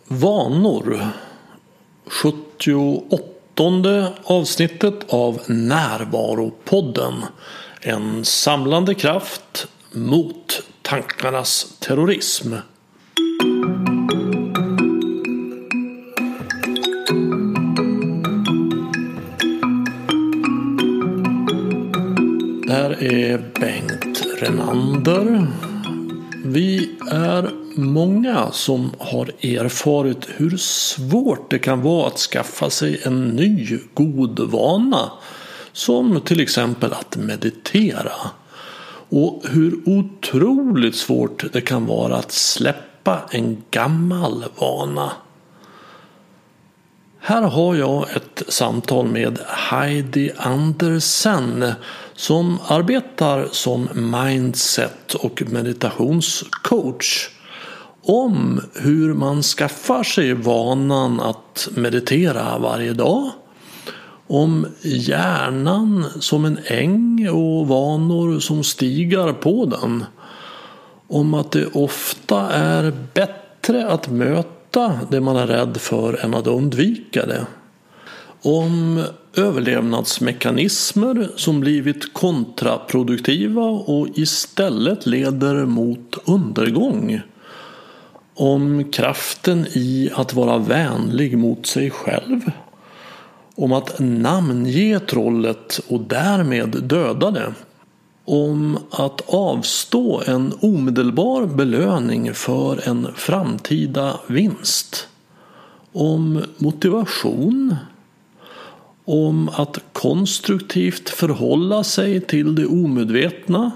Vanor. 78:e avsnittet av Närvaropodden. En samlande kraft mot tankarnas terrorism. Det här är Bengt Renander. Vi är många som har erfarit hur svårt det kan vara att skaffa sig en ny god vana, som till exempel att meditera, och hur otroligt svårt det kan vara att släppa en gammal vana. Här har jag ett samtal med Heidi Andersen som arbetar som mindset- och meditationscoach om hur man skaffar sig vanan att meditera varje dag, om hjärnan som en äng och vanor som stigar på den, om att det ofta är bättre att möta det man är rädd för än att undvika det, om överlevnadsmekanismer som blivit kontraproduktiva och istället leder mot undergång, om kraften i att vara vänlig mot sig själv, om att namnge trollet och därmed döda det, om att avstå en omedelbar belöning för en framtida vinst, om motivation, om att konstruktivt förhålla sig till det omedvetna,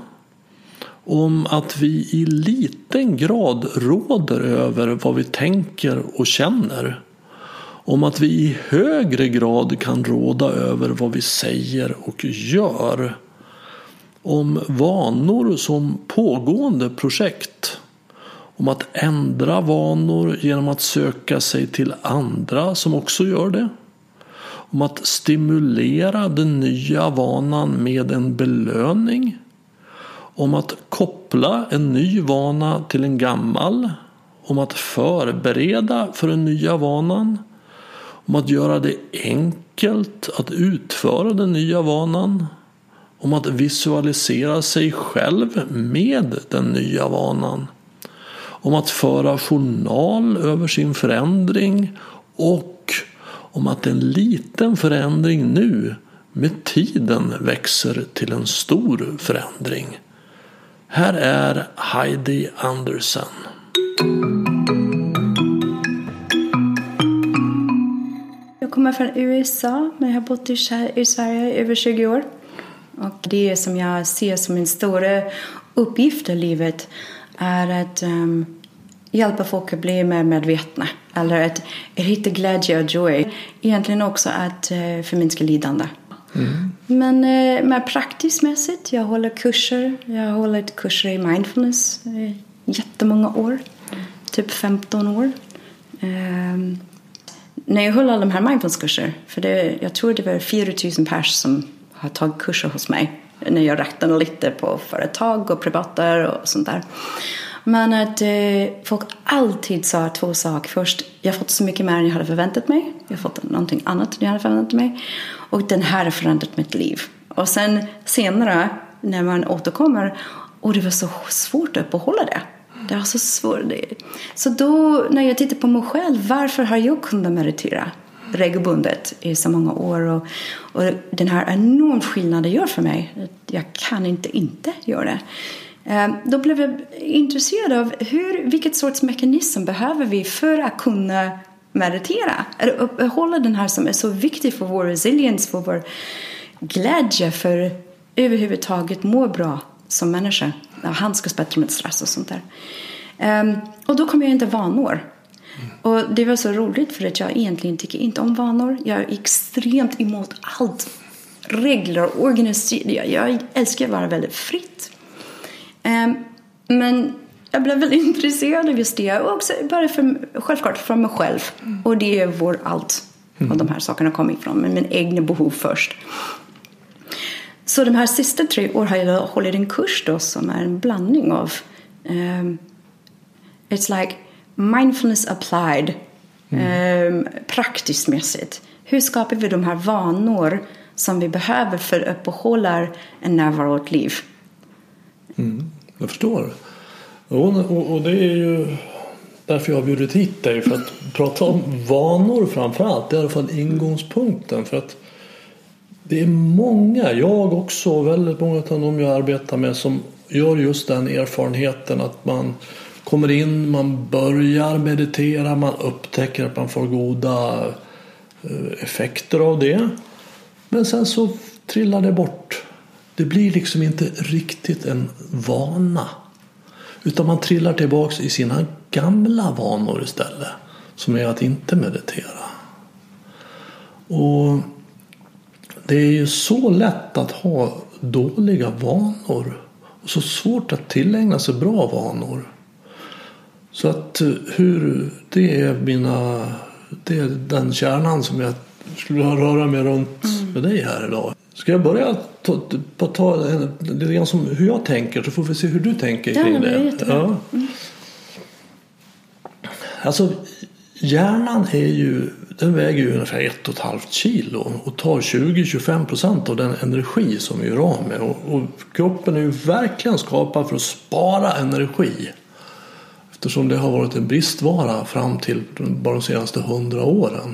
om att vi i liten grad råder över vad vi tänker och känner, om att vi i högre grad kan råda över vad vi säger och gör, om vanor som pågående projekt, om att ändra vanor genom att söka sig till andra som också gör det, om att stimulera den nya vanan med en belöning, om att koppla en ny vana till en gammal, om att förbereda för den nya vanan, om att göra det enkelt att utföra den nya vanan, om att visualisera sig själv med den nya vanan, om att föra journal över sin förändring och om att en liten förändring nu med tiden växer till en stor förändring. Här är Heidi Andersen. Jag kommer från USA, men jag har bott i Sverige över 20 år. Och det som jag ser som min stora uppgift i livet är att hjälpa folk att bli mer medvetna. Eller att hitta glädje och joy. Egentligen också att förminska lidande. Men mer praktiskt mässigt. Jag håller kurser. Jag har hållit kurser i mindfulness jättemånga år. Typ 15 år. När jag höll alla de här mindfulness-kurser. För jag tror det var 4000 personer som har tagit kurser hos mig. När jag räknade lite på företag och privater och sånt där. Men att folk alltid sa 2 saker. Först, jag har fått så mycket mer än jag hade förväntat mig. Jag har fått någonting annat än jag hade förväntat mig. Och den här har förändrat mitt liv. Och sen senare, när man återkommer, och det var så svårt att behålla det. Det var så svårt. Så då, när jag tittar på mig själv, varför har jag kunnat meditera regelbundet i så många år? Och den här enorm skillnad det gör för mig. Jag kan inte göra det. Då blev jag intresserad av vilket sorts mekanism behöver vi för att kunna meditera. Eller hålla den här som är så viktig för vår resilience, för vår glädje, för överhuvudtaget må bra som människa. Handskas bättre med stress och sånt där. Och då kom jag inte vanor. Och det var så roligt för att jag egentligen tycker inte om vanor. Jag är extremt emot allt. Regler och organisering. Jag älskar att vara väldigt fritt. Men jag blev väldigt intresserad av just det. Och också bara självklart från mig själv. Och det är allt. Och de här sakerna kommer ifrån. Men min egna behov först. Så de här sista 3 år har jag hållit en kurs då som är en blandning av it's like mindfulness applied praktiskt mässigt. Hur skapar vi de här vanor som vi behöver för att uppehålla en närvaro åt liv? Jag förstår. Och det är ju därför jag har bjudit hit dig, för att prata om vanor framförallt. Det är i alla fall ingångspunkten, för att det är många, jag också, väldigt många av dem jag arbetar med, som gör just den erfarenheten att man kommer in, man börjar meditera, man upptäcker att man får goda effekter av det, men sen så trillar det bort. Det blir liksom inte riktigt en vana, utan man trillar tillbaks i sina gamla vanor istället, som är att inte meditera. Och det är ju så lätt att ha dåliga vanor och så svårt att tillägna sig bra vanor. Så att det är den kärnan som jag skulle röra mig runt med dig här idag. Ska jag börja ta lite grann som hur jag tänker, så får vi se hur du tänker kring det. Ja. Alltså hjärnan den väger ju ungefär 1,5 kilo och tar 20-25% av den energi som vi gör av med. Och kroppen är ju verkligen skapad för att spara energi, eftersom det har varit en bristvara fram till bara de senaste 100 åren.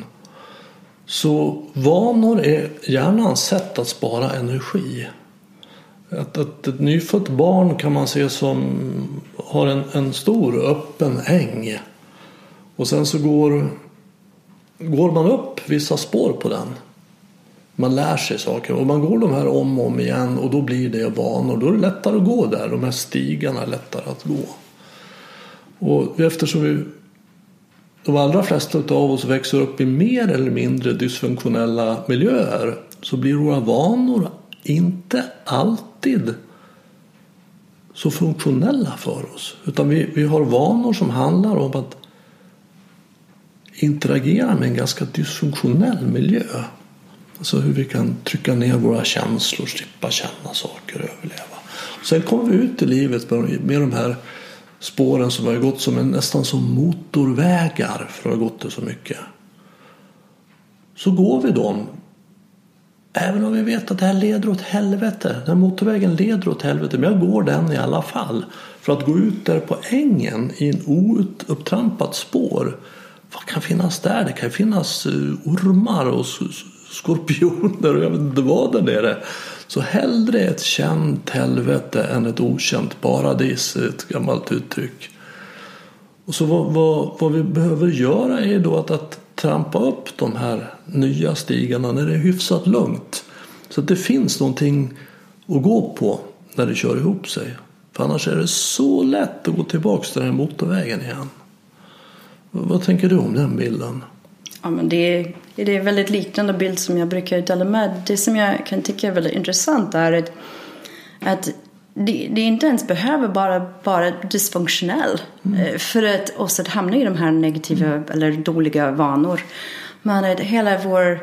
Så vanor är hjärnans sätt att spara energi. Att ett nyfött barn kan man se som har en stor öppen äng. Och sen så går man upp vissa spår på den. Man lär sig saker och man går de här om och om igen, och då blir det vanor. Då är det lättare att gå där. De här stigarna är lättare att gå. Och eftersom de allra flesta av oss växer upp i mer eller mindre dysfunktionella miljöer, så blir våra vanor inte alltid så funktionella för oss. Utan vi har vanor som handlar om att interagera med en ganska dysfunktionell miljö. Alltså hur vi kan trycka ner våra känslor, slippa känna saker och överleva. Sen kommer vi ut i livet med de här spåren som har gått nästan som motorvägar, för att ha gått det så mycket. Så går vi dem, även om vi vet att det här leder åt helvete. Den här motorvägen leder åt helvete, men jag går den i alla fall. För att gå ut där på ängen i en oupptrampat spår. Vad kan finnas där? Det kan finnas ormar och skorpioner och jag vet inte vad där nere. Så hellre ett känt helvete än ett okänt paradis, ett gammalt uttryck. Och så vad vi behöver göra är då att trampa upp de här nya stigarna när det är hyfsat lugnt. Så att det finns någonting att gå på när det kör ihop sig. För annars är det så lätt att gå tillbaka till den här motorvägen igen. Vad tänker du om den bilden? Ja, men det är väldigt liknande bild som jag brukar dela med. Det som jag kan tycka är väldigt intressant är att det inte ens behöver vara dysfunktionell för att oss att hamna i de här negativa eller dåliga vanor. Men att hela vår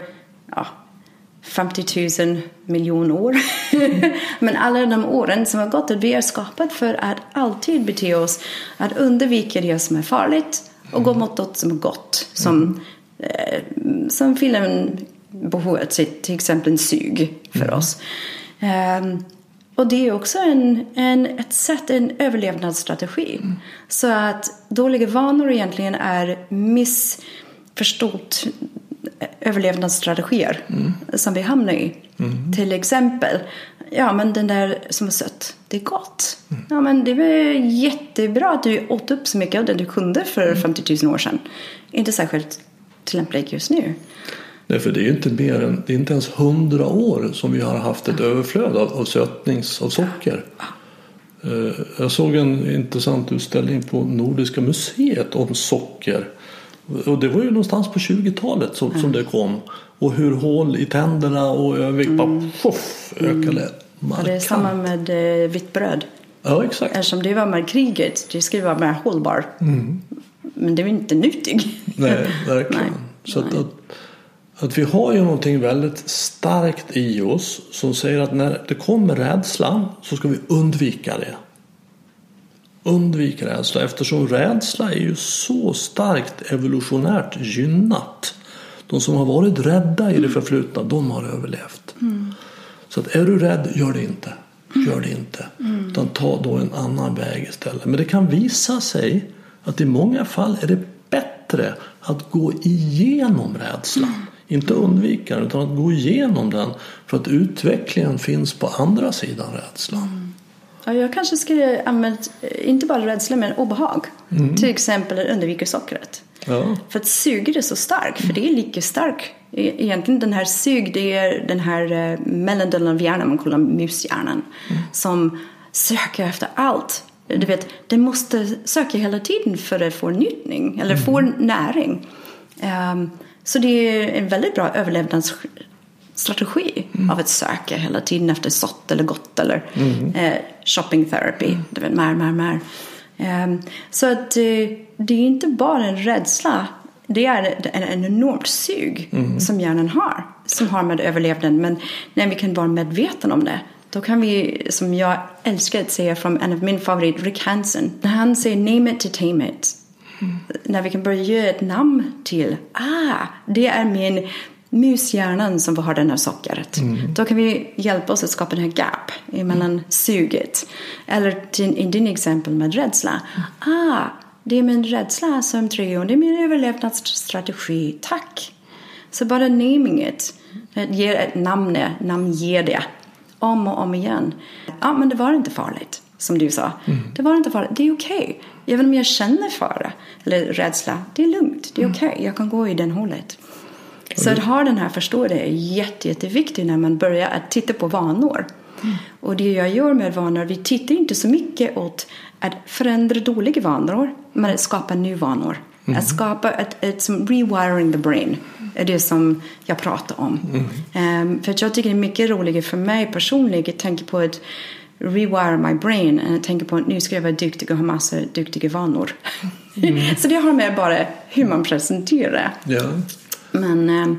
50 000 miljoner år men alla de åren som har gått, att vi är skapat för att alltid bete oss att undvika det som är farligt och gå mot något som är gott, som fyller en behov, till exempel en sug för oss. Och det är också en överlevnadsstrategi. Så att dåliga vanor egentligen är missförstått överlevnadsstrategier som vi hamnar i. Till exempel, men den där som är sött, det är gott. Ja, men det var jättebra att du åt upp så mycket av det du kunde för 50 000 år sedan. Inte särskilt tillämpligt just nu. Nej, för det är ju inte det är inte ens 100 år som vi har haft ett överflöd av sötnings av socker. Jag såg en intressant utställning på Nordiska museet om socker. Och det var ju någonstans på 20-talet som det kom. Och hur hål i tänderna och övervikt bara ökade markant. Det är samma med vitt bröd. Ja, exakt. Eftersom det var med kriget, det skulle vara mer hållbar. Men det var inte nyttigt. Nej, verkligen. Nej. Så att vi har ju någonting väldigt starkt i oss som säger att när det kommer rädslan så ska vi undvika det. undvik rädsla, eftersom rädsla är ju så starkt evolutionärt gynnat. De som har varit rädda i det förflutna, de har överlevt. Så att är du rädd, gör det inte. Gör det inte. Utan ta då en annan väg istället. Men det kan visa sig att i många fall är det bättre att gå igenom rädslan. Inte undvika den, utan att gå igenom den. För att utvecklingen finns på andra sidan rädslan. Ja, jag kanske skulle använda inte bara rädsla men obehag. Till exempel undvika sockret. Ja. För att suget är så stark. För det är lika stark. Egentligen den här sug, det är den här mellandelen av hjärnan, man kallar mushjärnan. Som söker efter allt. Du vet, den måste söka hela tiden för att få njutning. Eller få näring. Så det är en väldigt bra överlevnadsstrategi av att söka hela tiden efter sott eller gott eller shopping therapy. Du vet, mer. Så att det är inte bara en rädsla. Det är en enormt sug som hjärnan har. Som har med överlevnad. Men när vi kan vara medvetna om det. Då kan vi, som jag älskar att säga från en av min favorit, Rick Hansen. När han säger name it to tame it. När vi kan börja göra ett namn till. Det är min mushjärnan som har den här sockret. Då kan vi hjälpa oss att skapa den här gap mellan suget. Eller i din exempel med rädsla. Det är min rädsla som trigger. Det är min överlevnadsstrategi. Tack. Så bara naming it. Ge ett namn ger det. Om och om igen. Men det var inte farligt. Som du sa. Det var inte farligt. Det är okej. Även om jag känner fara. Eller rädsla. Det är lugnt. Det är okej. Jag kan gå i den hållet. Så att ha den här förståelsen är jätteviktigt när man börjar att titta på vanor. Och det jag gör med vanor. Vi tittar inte så mycket åt att förändra dåliga vanor. Men att skapa nya vanor. Att skapa ett som rewiring the brain. Är det som jag pratar om. För att jag tycker det är mycket roligare för mig personligen. Jag tänker på att rewire my brain. Och jag tänker på att nu ska jag vara duktig och ha massor duktiga vanor. Så det har med bara hur man presenterar. Ja. Men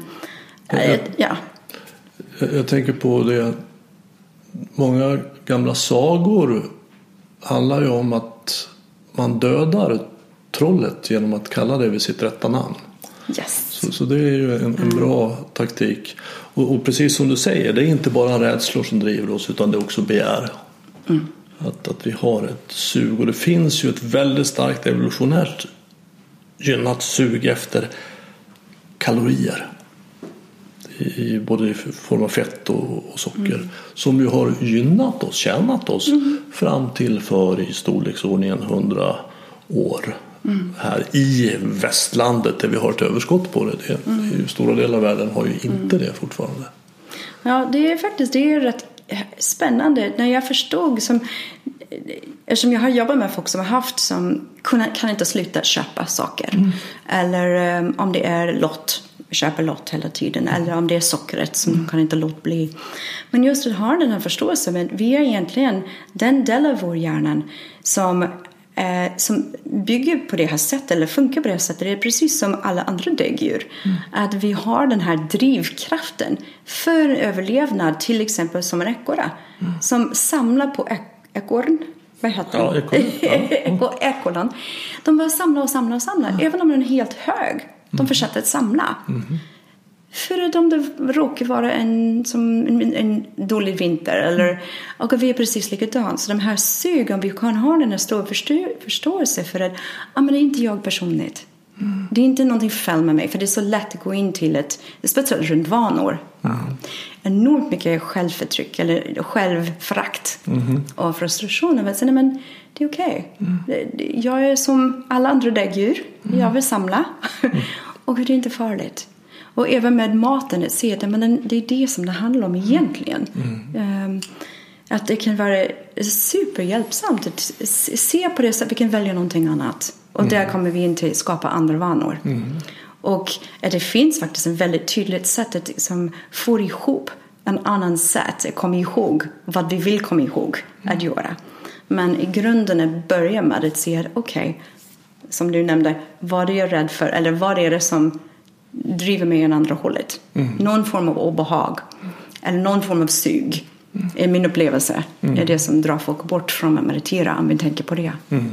jag tänker på det. Många gamla sagor handlar ju om att man dödar trollet genom att kalla det vid sitt rätta namn. Yes. Så det är ju en bra taktik. Och precis som du säger, det är inte bara rädslor som driver oss utan det är också begär. Att vi har ett sug. Och det finns ju ett väldigt starkt evolutionärt gynnat sug efter kalorier. Både i form av fett och socker. Som ju har gynnat oss, tjänat oss fram till för i storleksordningen 100 år. Här i västlandet där vi har ett överskott på det. I stora delar av världen har ju inte det fortfarande. Ja, det är rätt spännande. När jag förstod eftersom jag har jobbat med folk som har haft som kan inte sluta köpa saker. Eller om det är köper lott hela tiden. Eller om det är sockret som kan inte låta bli. Men just att ha den här förståelsen. Men vi är egentligen den del av vår hjärna som bygger på det här sättet eller funkar på det här sättet. Det är precis som alla andra däggdjur. Att vi har den här drivkraften för överlevnad, till exempel som en ekorre som samlar på ekorren. Vad heter det? Ekorren. De bara samla. Även om den är helt hög. De fortsätter att samla. För att om det råkar vara en dålig vinter. Eller, och vi är precis likadant. Så de här sugen, vi kan ha den här stora förståelse för att men det är inte jag personligt. Det är inte någonting fel med mig. För det är så lätt att gå in till speciellt runt vanor. Enormt mycket självförtryck eller självförakt och frustration. Men det är okej. Jag är som alla andra däggdjur. Jag vill samla. Och det är inte farligt. Och även med maten, att se att det är det som det handlar om egentligen. Att det kan vara superhjälpsamt att se på det så att vi kan välja någonting annat. Och där kommer vi in till att skapa andra vanor. Och att det finns faktiskt en väldigt tydligt sätt att som får ihop en annan sätt att komma ihåg vad vi vill komma ihåg att göra. Men i grunden är börja med att se att okej, som du nämnde, vad är jag rädd för? Eller vad är det som driver mig i andra hållet? Någon form av obehag. Eller någon form av sug. är min upplevelse. Är det som drar folk bort från att meditera om vi tänker på det.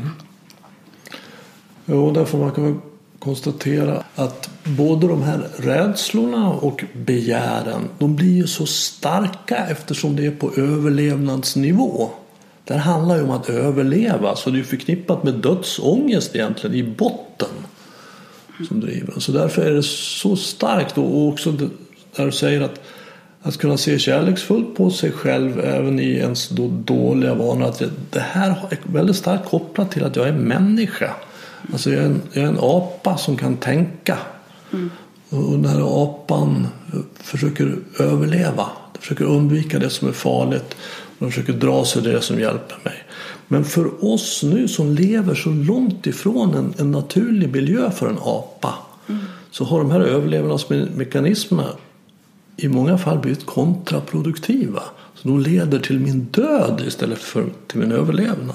Jo, därför man kan konstatera att både de här rädslorna och begären, de blir ju så starka eftersom det är på överlevnadsnivå. Det handlar ju om att överleva, så det är förknippat med dödsångest egentligen i botten som driver. Så därför är det så starkt, och också där du säger att kunna se kärleksfullt på sig själv även i ens dåliga vanor, att det här är väldigt starkt kopplat till att jag är människa. Alltså jag är en apa som kan tänka. Och den här apan försöker överleva. Den försöker undvika det som är farligt. Och den försöker dra sig det som hjälper mig. Men för oss nu som lever så långt ifrån en naturlig miljö för en apa, så har de här överlevnadsmekanismerna i många fall blivit kontraproduktiva. Så de leder till min död istället för till min överlevnad.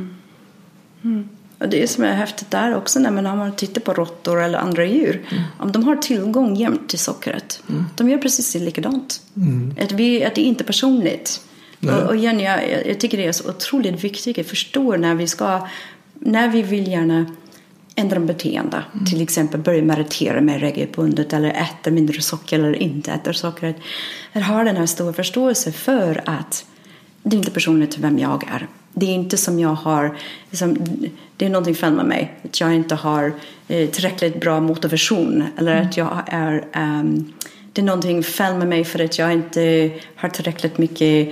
Och det som är häftigt där också när man tittar på råttor eller andra djur. Om de har tillgång jämt till sockret. De gör precis likadant. Att det är inte personligt. Och igen, jag tycker det är så otroligt viktigt att förstå när vi vill gärna ändra beteende. Till exempel börja meditera mer regelbundet eller äta mindre socker eller inte äta sockret. Att ha den här stora förståelse för att det är inte personligt till vem jag är. Det är inte som jag har, det är någonting fel med mig. Att jag inte har tillräckligt bra motivation. Eller att jag är, det är någonting fel med mig för att jag inte har tillräckligt mycket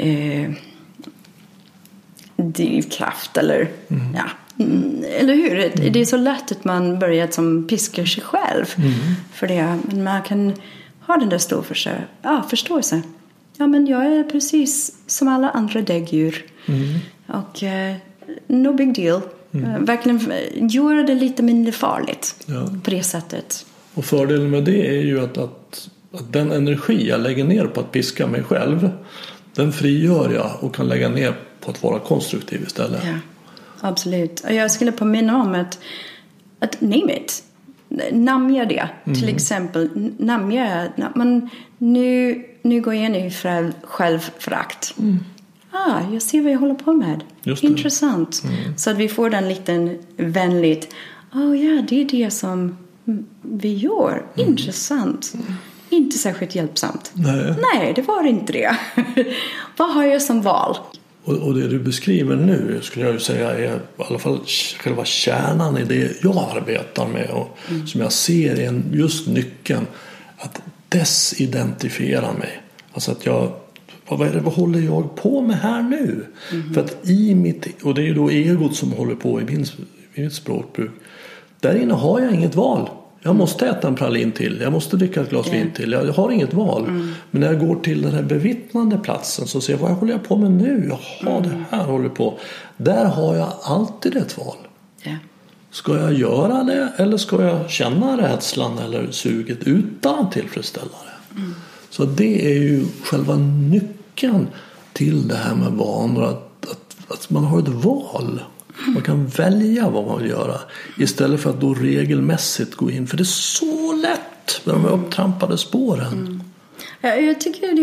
drivkraft. Eller, eller hur? Det är så lätt att man börjar som piskar sig själv för det. Men man kan ha den där stor förståelse. Ja, men jag är precis som alla andra däggdjur. Och no big deal. Verkligen göra det lite mindre farligt på det sättet. Och fördelen med det är ju att den energi jag lägger ner på att piska mig själv, den frigör jag och kan lägga ner på att vara konstruktiv istället. Ja, absolut. Och jag skulle påminna om att name it. Namnge det. Till exempel namnge. Men nu går jag in i självförakt. Jag ser vad jag håller på med. Intressant. Så att vi får den liten vänligt. Det är det som vi gör. Intressant. Inte särskilt hjälpsamt. Nej, det var inte det. Vad har jag som val? Och det du beskriver nu skulle jag ju säga är i alla fall själva kärnan i det jag arbetar med. Och som jag ser är just nyckeln att desidentifiera mig. Alltså att vad håller jag på med här nu? För att och det är ju då egot som håller på i mitt språkbruk. Där inne har jag inget val. Jag måste äta en pralin till. Jag måste dricka ett glas vin till. Jag har inget val. Men när jag går till den här bevittnande platsen så ser jag, vad håller jag på med nu? Jaha, det här håller på. Där har jag alltid ett val. Ska jag göra det eller ska jag känna rädslan eller suget utan att tillfredsställa det? Så det är ju själva nyckeln till det här med vanor. Att man har ett val. Man kan välja vad man vill göra istället för att då regelmässigt gå in. För det är så lätt med de upptrampade spåren. Jag tycker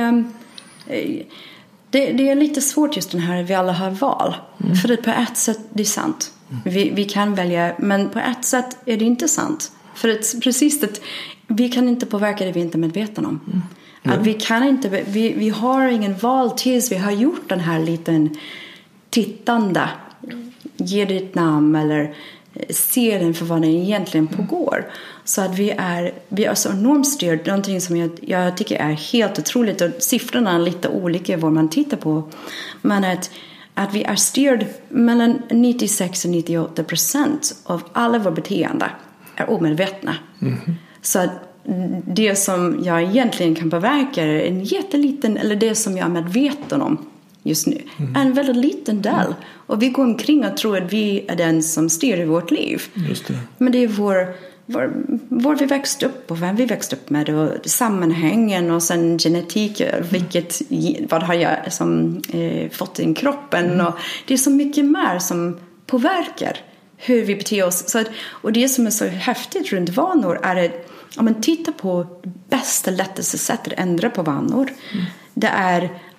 det är lite svårt just den här vi alla har val. För att på ett sätt det är sant. Vi kan välja, men på ett sätt är det inte sant. För att precis att vi kan inte påverka det vi inte är medvetna om. Att vi har ingen val tills vi har gjort den här liten tittande. Ge det ett namn eller se den för vad den egentligen pågår. Så att vi är så enormt styrd. Någonting som jag tycker är helt otroligt. Och siffrorna är lite olika vad man tittar på. Men att vi är styrd mellan 96 och 98% av alla våra beteende är omedvetna. Så att det som jag egentligen kan påverka är en jätteliten, eller det som jag är medveten om just nu, är en väldigt liten del. Och vi går omkring och tror att vi är den som styr i vårt liv. Just det. Men det är var vi växte upp och vem vi växte upp med och sammanhängen och sen genetik, vad har jag fått i kroppen och det är så mycket mer som påverkar hur vi beter oss. Och det som är så häftigt runt vanor är att om man tittar på bästa lättaste sättet att ändra på vanor, det är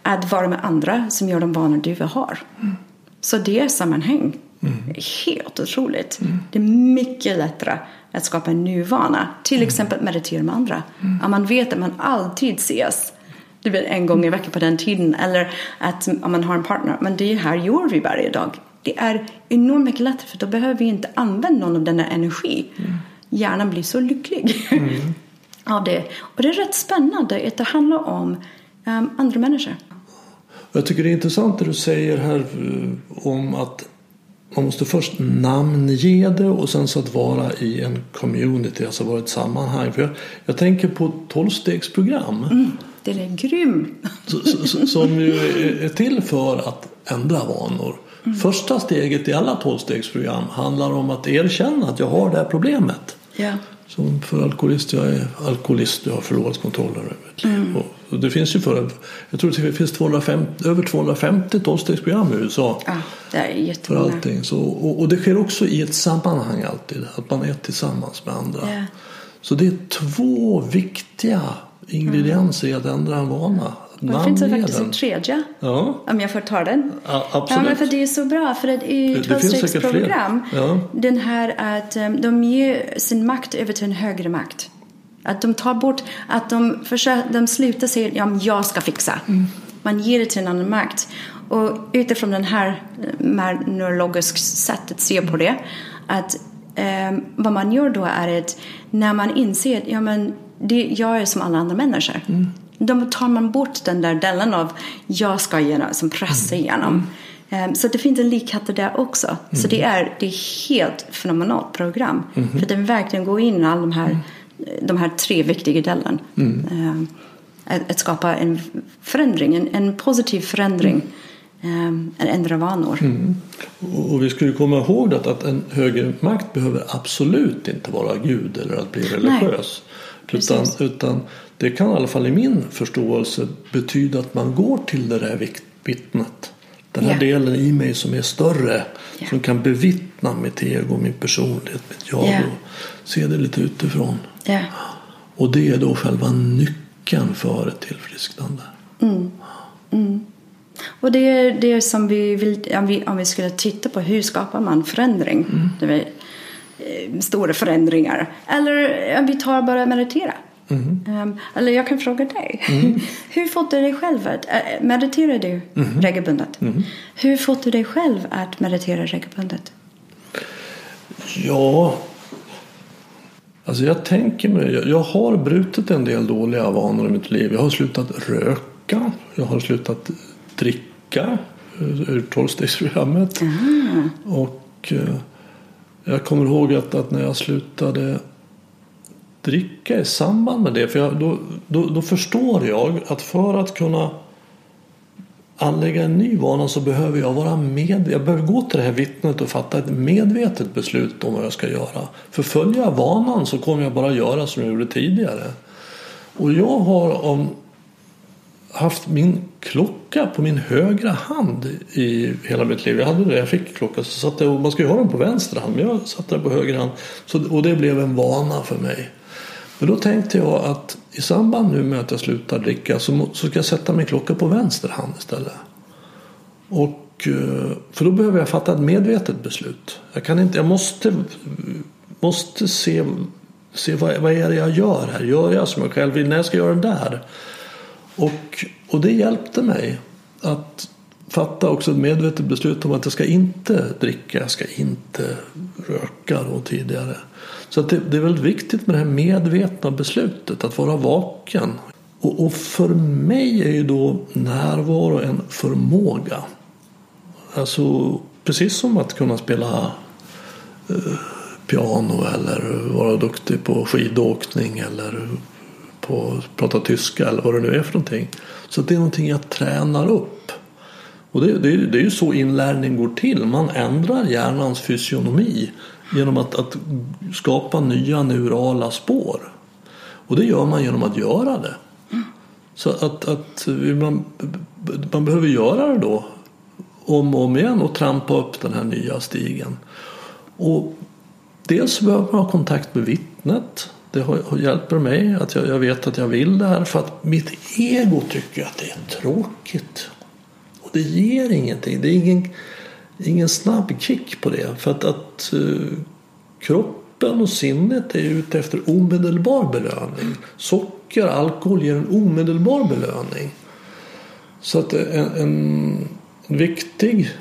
att vara med andra som gör de vanor du har. Så det är sammanhang. Helt otroligt. Det är mycket lättare att skapa en ny vana. Till exempel meditera med andra. Om man vet att man alltid ses. Det blir en gång i veckan på den tiden. Eller att om man har en partner. Men det här gör vi varje dag. Det är enormt mycket lättare. För då behöver vi inte använda någon av denna energi. Hjärnan blir så lycklig av det. Och det är rätt spännande att det handlar om andra människor. Jag tycker det är intressant det du säger här om att man måste först namnge det och sen så att vara i en community, alltså vara ett sammanhang. För jag tänker på ett 12-stegsprogram. Det är grymt. Som ju är till för att ändra vanor. Första steget i alla 12-stegsprogram handlar om att erkänna att jag har det här problemet. Ja. Som för alkoholist, jag är alkoholist, jag har förlorat kontroll över mitt liv. Och det finns ju jag tror det finns över 250 12-stegsprogram i USA. Ja, det är jättemånga. För allting. Så, och det sker också i ett sammanhang alltid, att man är tillsammans med andra. Ja. Så det är 2 viktiga ingredienser i att ändra en vana. Det finns faktiskt en tredje. Ja. Om jag får ta den. Ja, absolut. Ja, men för det är så bra. För att i 12-stegsprogram den här att de ger sin makt över till en högre makt. Att de tar bort, att de slutar säga jag ska fixa. Man ger det till en annan makt. Och utifrån den här neurologisk sättet att se på det. Att vad man gör då är att när man inser jag är som alla andra människor. Då tar man bort den där delen av jag ska igenom som pressar igenom. Så det finns en likhet där också. Så det är helt fenomenalt program. För det verkligen går in i alla de här 3 viktiga delarna. Att skapa en förändring, en positiv förändring. Att ändra vanor. Och vi skulle komma ihåg att en högre makt behöver absolut inte vara Gud eller att bli religiös. Utan det kan i alla fall i min förståelse betyda att man går till det där vittnet. Den här delen i mig som är större. Som kan bevittna mitt ego, min personlighet, mitt jag. Och se det lite utifrån. Och det är då själva nyckeln för ett tillfrisknande. Och det är det som vi vill, om vi skulle titta på hur skapar man förändring. Det är stora förändringar. Eller om vi tar bara meditera. Eller jag kan fråga dig. Hur får du dig själv att meditera du regelbundet? Hur får du dig själv att meditera regelbundet? Ja, alltså jag tänker mig, jag har brutit en del dåliga vanor i mitt liv. Jag har slutat röka, jag har slutat dricka ur 12-stegsprogrammet. Och jag kommer ihåg att när jag slutade dricka i samband med det, för då förstår jag att för att kunna anlägga en ny vana så behöver jag jag behöver gå till det här vittnet och fatta ett medvetet beslut om vad jag ska göra. För följa vanan så kommer jag bara göra som jag gjorde tidigare. Och jag har haft min klocka på min högra hand i hela mitt liv. Jag fick klocka, så satt jag, man ska ju ha den på vänster hand, men jag satte den på höger hand. Och det blev en vana för mig. Men då tänkte jag att i samband nu med att jag slutar dricka så ska jag sätta min klocka på vänster hand istället. Och för då behöver jag fatta ett medvetet beslut. Jag måste se vad är det jag gör här. Gör jag som jag själv vill när jag ska göra det där? Och det hjälpte mig att fatta också ett medvetet beslut om att jag ska inte dricka, jag ska inte röka då tidigare. Så att det är väldigt viktigt med det här medvetna beslutet, att vara vaken. Och för mig är ju då närvaro en förmåga. Alltså precis som att kunna spela piano eller vara duktig på skidåkning eller på att prata tyska eller vad det nu är för någonting. Så det är någonting jag tränar upp. Och det är ju så inlärning går till. Man ändrar hjärnans fysionomi genom att skapa nya neurala spår. Och det gör man genom att göra det. Så att man behöver göra det då om och om igen och trampa upp den här nya stigen. Och dels behöver man ha kontakt med vittnet. Det har hjälpt mig att jag vet att jag vill det här, för att mitt ego tycker att det är tråkigt. Och det ger ingenting. Det är ingen snabb kick på det. För att kroppen och sinnet är ute efter omedelbar belöning. Socker, alkohol ger en omedelbar belöning. Så att en viktig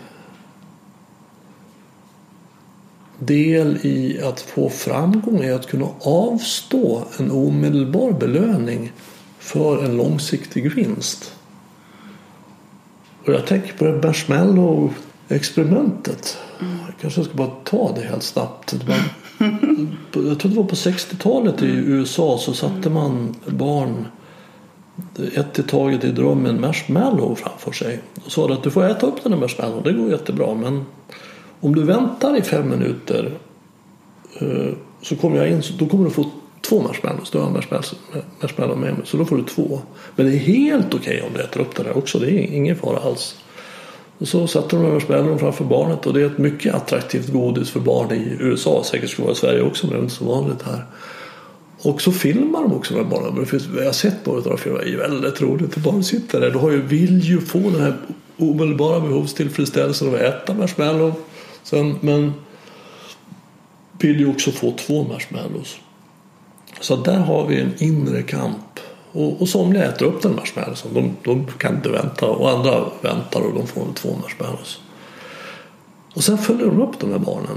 del i att få framgång är att kunna avstå en omedelbar belöning för en långsiktig vinst. Och jag tänker på det marshmallow-experimentet. Jag kanske ska bara ta det helt snabbt. Jag tror det var på 60-talet i USA, så satte man barn ett i taget i drömmen marshmallow framför sig. Och sa att du får äta upp den här marshmallow, det går jättebra, men om du väntar i 5 minuter så kommer jag in, så då kommer du få 2 marshmallows. Du har marshmallow med mig, så då får du 2. Men det är helt okej om du äter upp det där också. Det är ingen fara alls. Och så satte de marshmallow framför barnet, och det är ett mycket attraktivt godis för barn i USA. Säkert skulle vara i Sverige också, men det är inte så vanligt här. Och så filmar de också med barnen. Jag har sett några av de filmerna, det är väldigt roligt. Barn sitter där, vill ju få den här omedelbara behovstillfredsställelsen av att äta marshmallow. Men vill ju också få 2 marshmallows. Så där har vi en inre kamp. Och somliga äter upp den marshmallows. De kan inte vänta, och andra väntar och de får 2 marshmallows. Och sen följer de upp de här barnen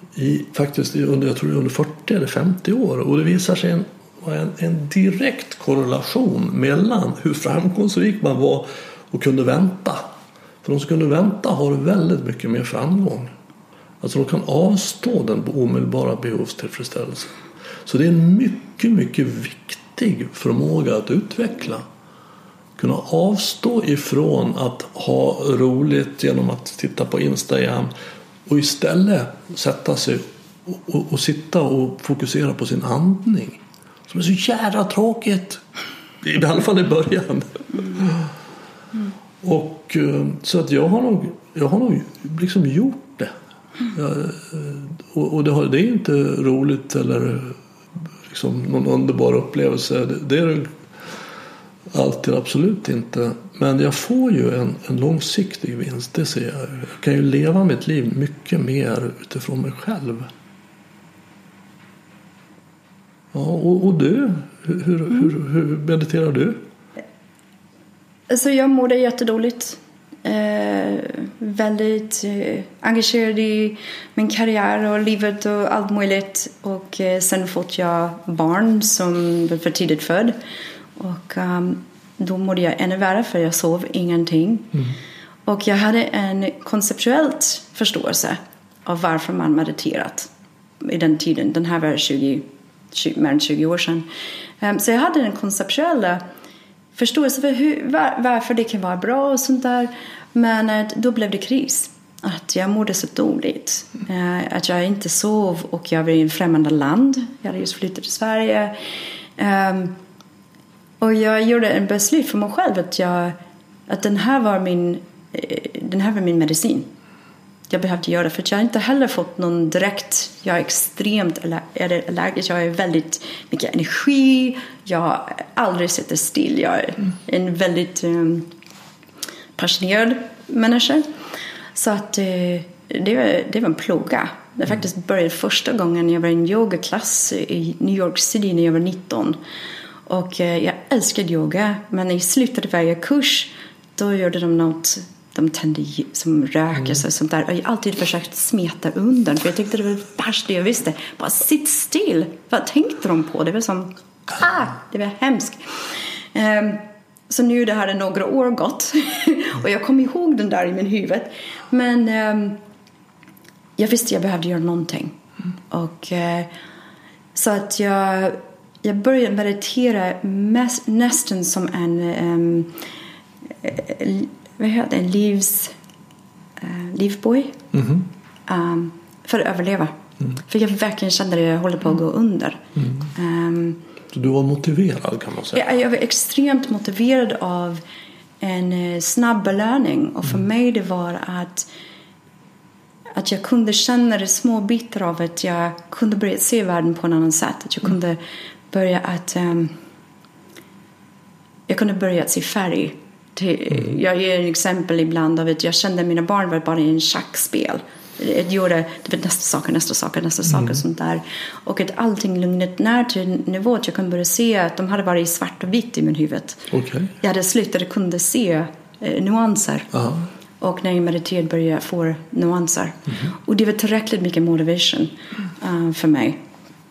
under 40 eller 50 år. Och det visar sig en direkt korrelation mellan hur framgångsrik man var och kunde vänta. För de som kunde vänta har väldigt mycket mer framgång. Alltså de kan avstå den omedelbara behovstillfredsställelsen. Så det är en mycket, mycket viktig förmåga att utveckla. Kunna avstå ifrån att ha roligt genom att titta på Instagram och istället sätta sig och sitta och fokusera på sin andning. Som är så jävla tråkigt. I alla fall i början. Och så att jag har nog liksom gjort det. Och det är inte roligt eller liksom någon underbar upplevelse. Det är det alltid absolut inte. Men jag får ju en långsiktig vinst, det ser jag. Jag kan ju leva mitt liv mycket mer utifrån mig själv. Ja, och du? Hur mediterar du? Alltså jag mådde jättedåligt. Väldigt engagerad i min karriär och livet och allt möjligt. Och sen fått jag barn som var för tidigt född. Och då mådde jag ännu värre, för jag sov ingenting. Och jag hade en konceptuellt förståelse av varför man mediterat i den tiden. Den här var mer än 20 år sedan. Så jag hade en konceptuella förståelse för varför det kan vara bra och sånt där. Men då blev det kris. Att jag mådde så dåligt. Att jag inte sov, och jag var i en främmande land. Jag hade just flyttat till Sverige. Och jag gjorde en beslut för mig själv att den här var min medicin. Jag behövde göra det, för att jag inte heller fått någon direkt. Jag är extremt allergisk. Jag har väldigt mycket energi. Jag aldrig sitter still. Jag är en väldigt passionerad människa. Så att det var en plåga. Det faktiskt började första gången jag var i en yogaklass i New York City när jag var 19. Och jag älskade yoga. Men i slutet av varje kurs då gjorde de något. De tände som rökelse och sånt där. Och jag har alltid försökt smeta undan. För jag tyckte det var det värsta jag visste. Bara sitt still. Vad tänkte de på? Det var som det var hemskt. Så nu det hade några år gått. Och jag kom ihåg den där i min huvud. Men jag visste jag behövde göra någonting. Och så att jag började meditera nästan som en livboj. För att överleva. För jag verkligen kände att jag håller på att gå under. Så du var motiverad, kan man säga? Jag var extremt motiverad av en snabb belöning. Och för mig det var att jag kunde känna det små bitar av att jag kunde börja se världen på en annan sätt. Att jag kunde börja att jag kunde börja att se färg. Jag ger ett exempel ibland av att jag kände att mina barn var bara i en schackspel. Det gjorde nästa sak och sånt där. Och att allting lugnat ner till nivå att jag kunde börja se att de hade varit i svart och vitt i min huvud. Okay. Jag hade slutat och kunde se nuanser. Aha. Och när jag mediterade började jag få nuanser. Och det var tillräckligt mycket motivation för mig.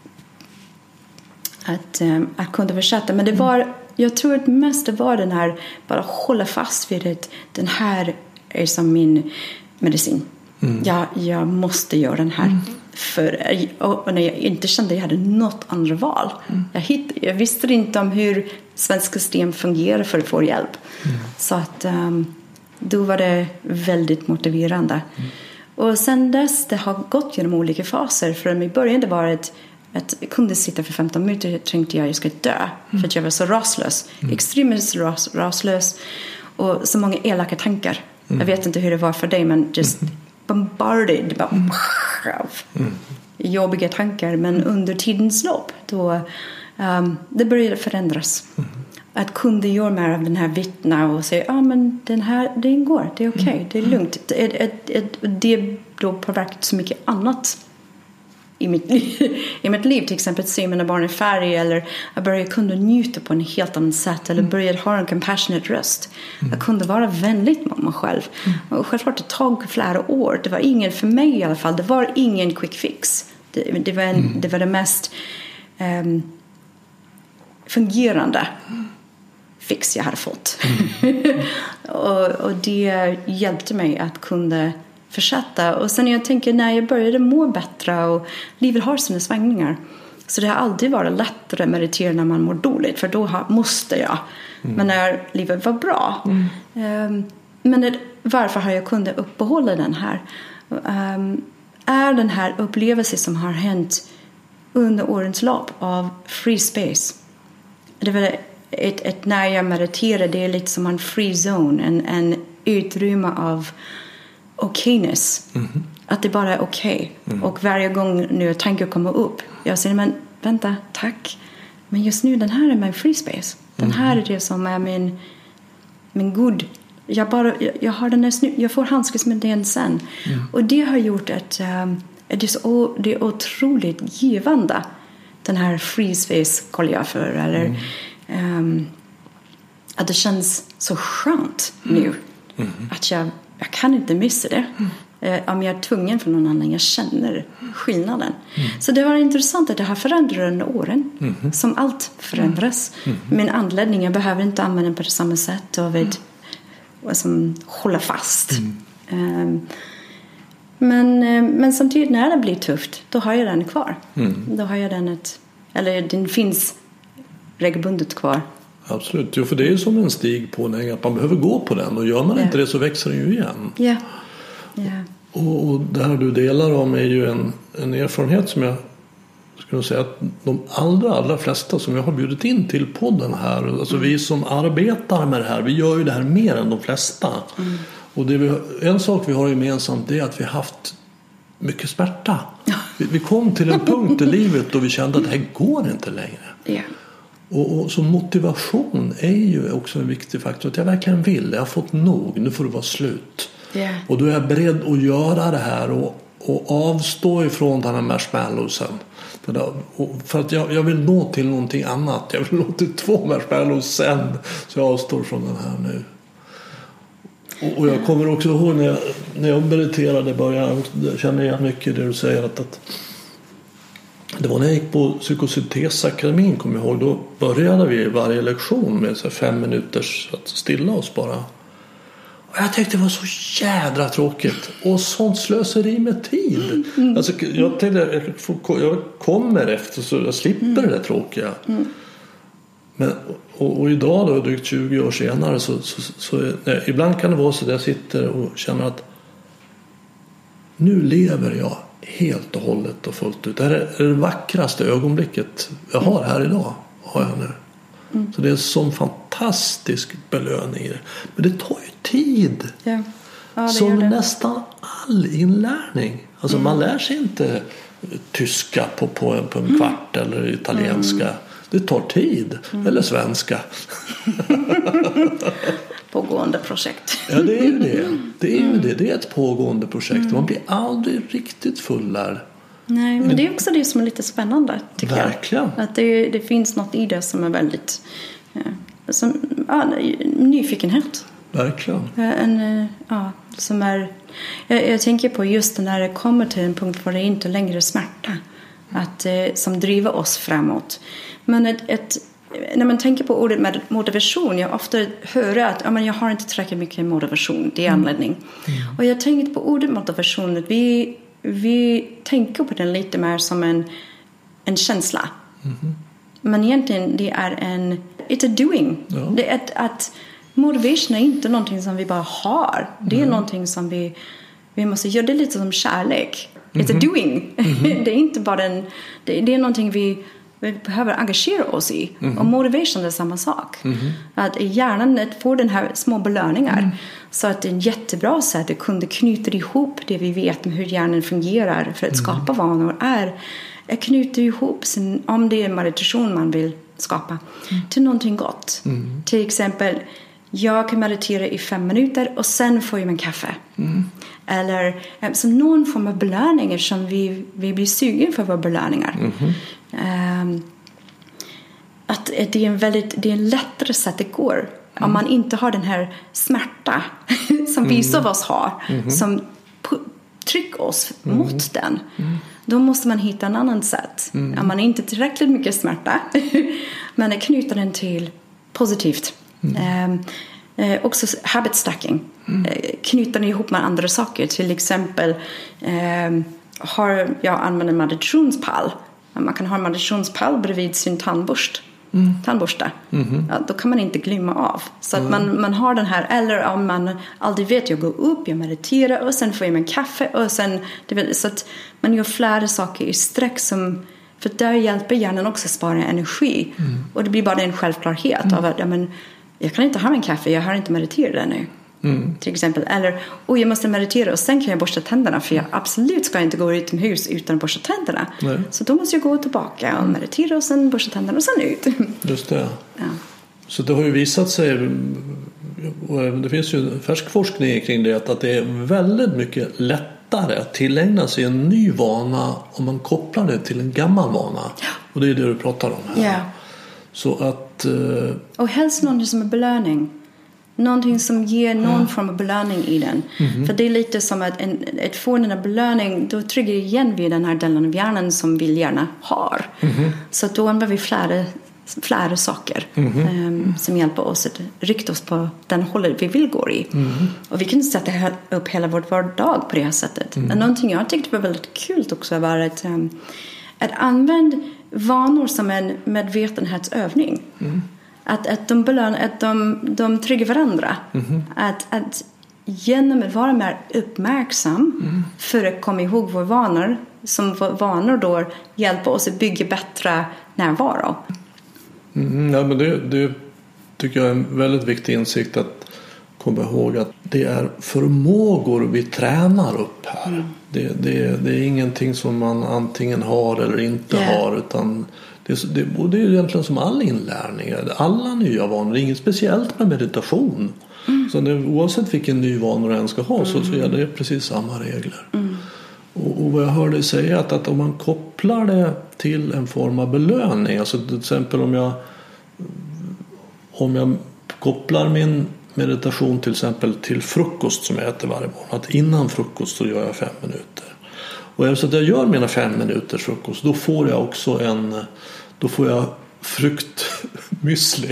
Att kunna fortsätta. Men det var, jag tror att mest det var den här, bara hålla fast vid det. Den här är som min medicin. Jag måste göra den här. Och när jag inte kände att jag hade något andra val. Jag visste inte om hur svenska system fungerar för att få hjälp. Så att då var det väldigt motiverande. Och sen dess det har gått genom olika faser. För i början det var att jag kunde sitta för 15 minuter och tänkte jag ska dö. För att jag var så rastlös. Extremt rastlös. Och så många elaka tankar. Jag vet inte hur det var för dig, men just bombarded. Jobbiga tankar. Men under tidens lopp då det började förändras. Att kunde göra mer av den här vittna och säga men den här, det går, det är okej, det är lugnt. Det då påverkat så mycket annat i mitt liv. Till exempel att se mina barn i färg, eller jag började kunna njuta på en helt annan sätt, eller började ha en compassionate röst. Jag kunde vara vänligt mot mig själv. Och självklart det tog flera år. Det var ingen, för mig i alla fall, det var ingen quick fix. Det var det mest fungerande fix jag hade fått. och det hjälpte mig att kunna fortsätta. Och sen jag tänker när jag började må bättre och livet har sina svängningar. Så det har alltid varit lättare att meditera när man mår dåligt. För då måste jag. Men när livet var bra. Varför har jag kunnat uppehålla den här? Är den här upplevelsen som har hänt under årens lopp av free space. Det var ett när jag mediterar, det är lite som en free zone, en utrymme av okayness. Att det bara är okej. Och varje gång nu jag tänker komma upp, jag säger men vänta, tack, men just nu den här är min free space. Den här är det som är min god. Jag har den här jag får handskas med den sen. Och det har gjort att det är otroligt givande. Den här free space kollar jag för, eller att det känns så skönt nu att jag kan inte missa det. Om jag är tvungen för någon annan, jag känner skillnaden. Så det var intressant att det har förändrats under åren. Som allt förändras. Min anledning, jag behöver inte använda den på det samma sätt och som hålla fast. Men samtidigt när det blir tufft, då har jag den kvar. Då har jag den den finns regelbundet kvar. Absolut, jo, för det är ju som en stig på den, att man behöver gå på den, och gör man inte det så växer den ju igen. Och det här du delar om är ju en erfarenhet som jag skulle säga att de allra flesta som jag har bjudit in till podden här, alltså vi som arbetar med det här, vi gör ju det här mer än de flesta. Och en sak vi har gemensamt, det är att vi har haft mycket smärta. Vi kom till en punkt i livet då vi kände att det här går inte längre. Och så motivation är ju också en viktig faktor. Att jag verkligen vill, jag har fått nog, nu får det vara slut. Och då är jag beredd att göra det här och avstå ifrån den här marshmallowsen. För att jag vill nå till någonting annat. Jag vill nå till 2 marshmallows sen, så jag avstår från den här nu. Och jag kommer också ihåg när jag mediterade började, jag känner igen mycket det du säger, att det var när jag gick på Psykosyntesakademin, kommer jag ihåg, då började vi varje lektion med 5 minuters att stilla oss bara. Och jag tyckte det var så jädra tråkigt och sånt slöseri med tid. Alltså, jag tänkte jag kommer efter så jag slipper det där tråkiga. Men, och idag då, drygt 20 år senare så ibland kan det vara så att jag sitter och känner att nu lever jag helt och hållet och fullt ut. Det här är det vackraste ögonblicket jag har här idag, har jag nu. Så det är en sån fantastisk belöning i det. Men det tar ju tid. Som nästan all inlärning. Alltså man lär sig inte tyska på en kvart eller italienska. Det tar tid. Eller svenska. Pågående projekt. Ja, det är ju det. Det är ju det. Det är ett pågående projekt. Man blir aldrig riktigt full där. Nej, men det är också det som är lite spännande, tycker Verkligen. jag. Att det finns något i det som är väldigt nyfikenhet. Verkligen. Som är, jag tänker på just när det kommer till en punkt där det inte längre är smärta som driver oss framåt. Men när man tänker på ordet med motivation, jag ofta hör att jag har inte tillräckligt mycket motivation, det är anledning. Och jag tänker på ordet motivation, att vi tänker på den lite mer som en känsla. Men egentligen det är it's a doing. Ja. Det är att motivation är inte någonting som vi bara har. Det är någonting som vi måste göra. Det är lite som kärlek. It's a doing. Det är inte bara det är någonting vi behöver engagera oss i. Och motivation är samma sak. Att hjärnan får den här små belöningar. Så att det är en jättebra sätt att kunna knyta ihop det vi vet om hur hjärnan fungerar för att skapa vanor är knyta ihop om det är meditation man vill skapa till någonting gott. Till exempel, jag kan meditera i 5 minuter och sen får jag en kaffe. Eller som någon form av belöningar som vi blir sugen för våra belöningar. Att det är en lättare sätt det går. Om man inte har den här smärta som vissa av oss har som trycker oss mot den. Då måste man hitta en annan sätt. Om man inte tillräckligt mycket smärta men knyta den till positivt. Också habit stacking. Knyta den ihop med andra saker. Till exempel har jag använt en meditationspall. Man kan ha en meditationspall bredvid sin tandborste. Ja, då kan man inte glömma av. Så att man har den här. Eller om man aldrig vet, jag går upp, jag mediterar och sen får jag en kaffe och sen, så att man gör flera saker i sträck för där hjälper hjärnan också att spara energi. Och det blir bara en självklarhet av att jag kan inte ha en kaffe, jag har inte mediterat ännu. Till exempel. Eller, jag måste meditera och sen kan jag borsta tänderna, för jag absolut ska inte gå utomhus utan att borsta tänderna. Nej. Så då måste jag gå tillbaka och meditera och sen borsta tänderna och sen ut. Just det. Ja. Så det har ju visat sig, och det finns ju färsk forskning kring det, att det är väldigt mycket lättare att tillägna sig en ny vana om man kopplar det till en gammal vana. Ja. Och det är det du pratar om här. Ja. Så att och helst någonting som är belöning. Någonting som ger någon form av belöning i den. För det är lite som att få den här belöning, då triggar igen vi den här delen av hjärnan som vi gärna har. Så då använder vi flera saker som hjälper oss att rikta oss på den hållet vi vill gå i. Och vi kan sätta upp hela vår dag på det här sättet. Men någonting jag tyckte var väldigt kul också var att använda vanor som en medvetenhetsövning. Att de triggar varandra. Att genom att vara mer uppmärksam för att komma ihåg våra vanor, som vanor då hjälper oss att bygga bättre närvaro. Ja, men det tycker jag är en väldigt viktig insikt, att komma ihåg att det är förmågor vi tränar upp här. Det är ingenting som man antingen har eller inte har, utan det är egentligen som all inlärning, alla nya vanor. Det är inget speciellt med meditation. Så oavsett vilken ny vanor man ska ha så är det precis samma regler. Och vad jag hörde säga att om man kopplar det till en form av belöning, alltså till exempel om jag kopplar min meditation till exempel till frukost som jag äter varje morgon, att innan frukost så gör jag 5 minuter. Och så att jag gör mina 5 minuters frukost, då får jag också fruktmüsli.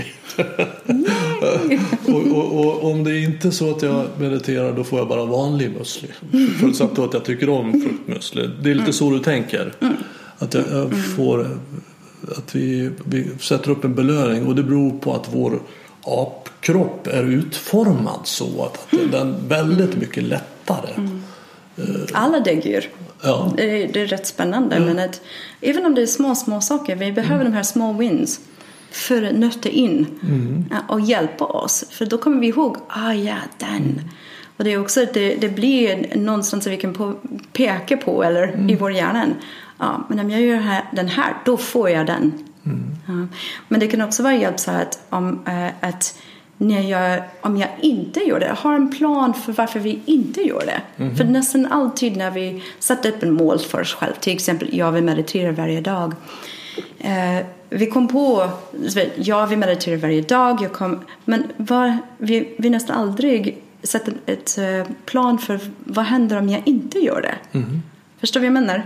och om det är inte så att jag mediterar, då får jag bara vanlig müsli. Förutsatt att jag tycker om fruktmüsli. Det är lite så du tänker. Att jag får, att vi sätter upp en belöning, och det beror på att vår apkropp är utformad så att den är väldigt mycket lättare. Alla däggdjur. Ja. Det är rätt spännande. Men att, även om det är små saker, vi behöver de här små wins för att nöta in och hjälpa oss. För då kommer vi ihåg, den. Och det är också att det blir någonstans som vi kan peka på eller i vår hjärna. Ja, men om jag gör den här, då får jag den Men det kan också vara hjälp så att om jag inte gör det, har en plan för varför vi inte gör det. För nästan alltid när vi sätter upp en mål för oss själv, till exempel jag vill meditera varje dag. Vi kom på, jag vill meditera varje dag, men vi nästan aldrig sätter ett plan för vad händer om jag inte gör det. Förstår vad jag menar?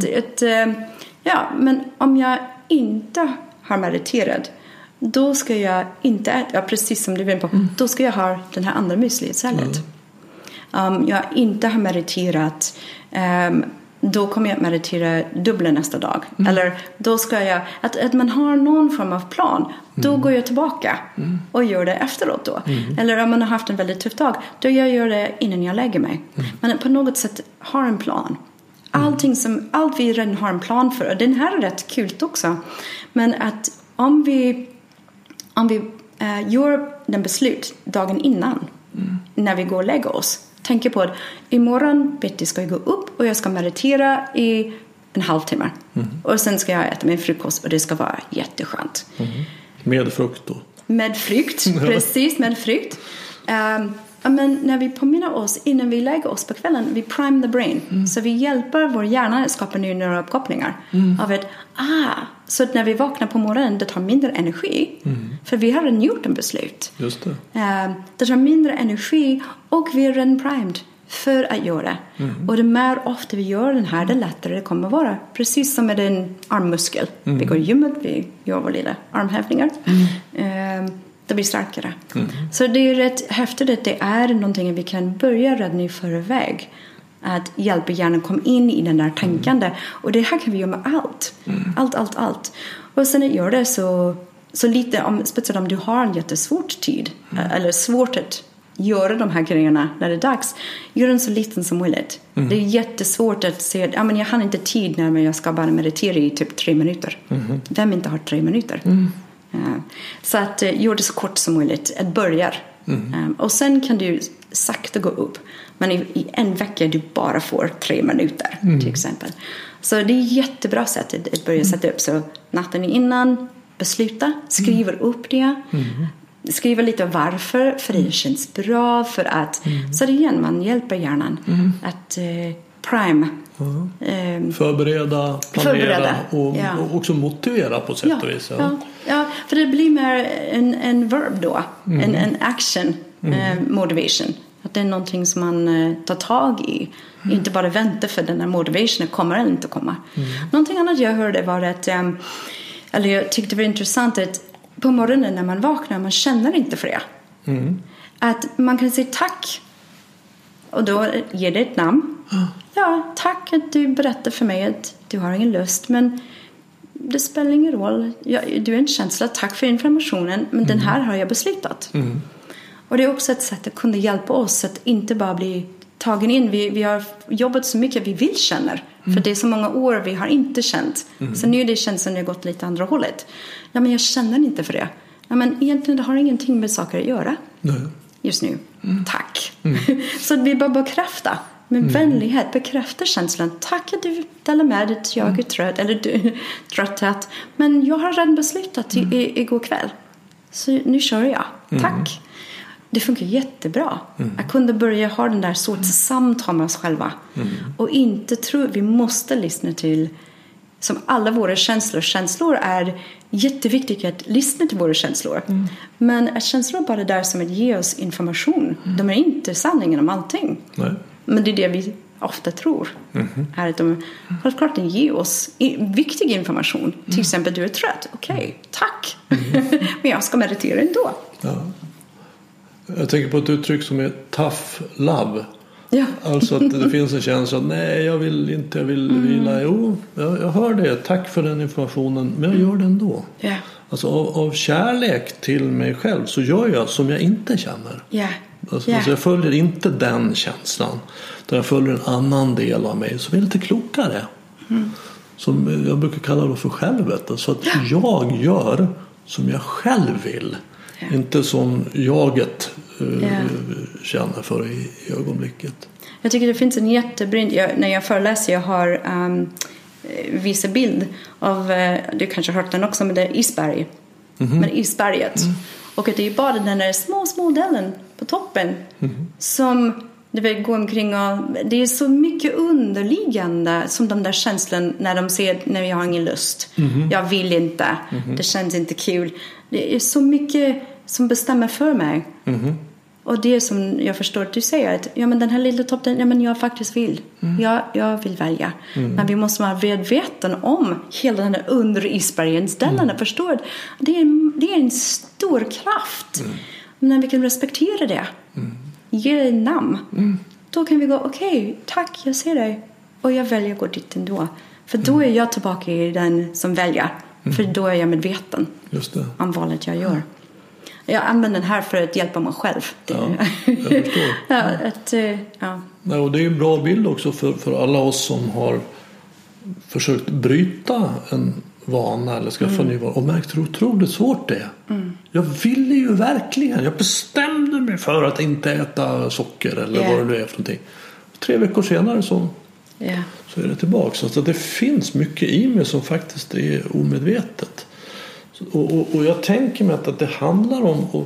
Men om jag inte har mediterat, då ska jag inte äta, precis som du var på, då ska jag ha den här andra müsli istället. Jag inte har mediterat, då kommer jag att meditera dubbla nästa dag. Eller då ska jag, att man har någon form av plan, då går jag tillbaka och gör det efteråt då. Eller om man har haft en väldigt tuff dag, då gör det innan jag lägger mig. Men på något sätt har en plan. Allt vi redan har en plan för, och den här är rätt kul också. Men att om vi gör den beslut dagen innan, när vi går och lägger oss, tänker på att imorgon bitti ska jag gå upp och jag ska meditera i en halvtimme. Och sen ska jag äta min frukost och det ska vara jätteskönt. Med frukt då? Med frukt, precis, med frukt. Men när vi påminner oss innan vi lägger oss på kvällen, vi prime the brain. Så vi hjälper vår hjärna att skapa nya neurouppkopplingar. Av att, så att när vi vaknar på morgonen, det tar mindre energi. För vi har redan gjort en beslut. Just det. Det tar mindre energi och vi är redan primed för att göra det. Och det mer ofta vi gör den här, det lättare det kommer att vara. Precis som med en armmuskel. Vi går i gymmet, vi gör våra lilla armhävningar. Det blir starkare. Så det är rätt häftigt att det är någonting vi kan börja redan i förväg. Att hjälpa hjärnan komma in i den där tänkande. Och det här kan vi göra med allt. Allt. Och sen gör det så lite, speciellt om du har en jättesvårt tid. Eller svårt att göra de här grejerna när det är dags. Gör den så liten som möjligt. Det är jättesvårt att se att jag har inte tid när jag ska bara meditera i typ 3 minuter. Vem inte har 3 minuter? Så att gör det så kort som möjligt. Att börja. Och sen kan du sakta gå upp. Men i en vecka du bara får 3 minuter till exempel. Så det är ett jättebra sätt att börja sätta upp. Så natten innan, besluta, skriver upp det. Skriver lite varför. För det känns bra. För att, så det igen, man hjälper hjärnan att prime. Förbereda, planera och också motivera på sätt och vis. Ja, för det blir mer en verb då. En action motivation. Att det är någonting som man tar tag i. Inte bara vänta för den här motivationen kommer eller inte komma. Någonting annat jag hörde var att eller jag tyckte det var intressant att på morgonen när man vaknar, man känner inte för det. Att man kan säga tack. Och då ger det ett namn. Ja, tack att du berättar för mig att du har ingen lust. Men det spelar ingen roll. Du är en känsla. Tack för informationen. Men den här har jag beslutat. Och det är också ett sätt att kunna hjälpa oss att inte bara bli tagen in. Vi har jobbat så mycket vi vill känna. För det är så många år vi har inte känt. Så nu är det känns som det har gått lite andra hållet. Ja, men jag känner inte för det. Ja, men egentligen det har ingenting med saker att göra. Just nu. Tack. Så vi bara bekräfta. Med vänlighet, bekräfta känslan. Tack att du delar med dig att jag är trött. Eller du trötthet. Men jag har redan beslutat igår kväll. Så nu kör jag. Tack. Det funkar jättebra. Att kunna börja ha den där sorts samtal med oss själva. Och inte tro vi måste lyssna till som alla våra känslor. Känslor är jätteviktigt att lyssna till våra känslor. Men att känslor är bara där som att ge oss information. De är inte sanningen om allting. Nej. Men det är det vi ofta tror. Är att de självklart ger oss viktig information. Till exempel du är trött. Okej, tack. Men jag ska meditera ändå. Ja. Jag tänker på ett uttryck som är tough love. Ja. Alltså att det finns en känsla att nej, jag vill inte, jag vill vila. Jo, jag hör det. Tack för den informationen. Men jag gör det ändå. Ja. Alltså av kärlek till mig själv så gör jag som jag inte känner. Ja. Alltså jag följer inte den känslan. Utan jag följer en annan del av mig som är lite klokare. Som jag brukar kalla det för självvet. Så att jag gör som jag själv vill. Inte som jaget känner för i ögonblicket. Jag tycker det finns en jättebrind. När jag föreläser, jag har visa bild av, du kanske har hört den också, med det isberg. Men isberget. Och att det är bara den där små delen på toppen som det vill gå omkring, och det är så mycket underliggande som de där känslan när de ser, när jag har ingen lust. Jag vill inte. Det känns inte kul. Det är så mycket som bestämmer för mig. Och det som jag förstår att du säger, att ja, men den här lilla toppen, ja, men jag faktiskt vill. Jag vill välja. Men vi måste vara medveten om hela den här under isbergens delen. Jag förstår att det är en stor kraft. När vi kan respektera det. Ge det ett namn. Då kan vi gå, okej, tack, jag ser dig. Och jag väljer att gå dit ändå. För då är jag tillbaka i den som väljer. För då är jag medveten om valet jag gör. Jag använder den här för att hjälpa mig själv. Jag förstår. Nej, och det är ju en bra bild också för alla oss som har försökt bryta en vana eller skaffa en ny vana och märkt hur otroligt svårt det är. Jag ville ju verkligen. Jag bestämde mig för att inte äta socker eller vad det nu är för någonting. 3 veckor senare så är det tillbaka. Så det finns mycket i mig som faktiskt är omedvetet. Och jag tänker mig att det handlar om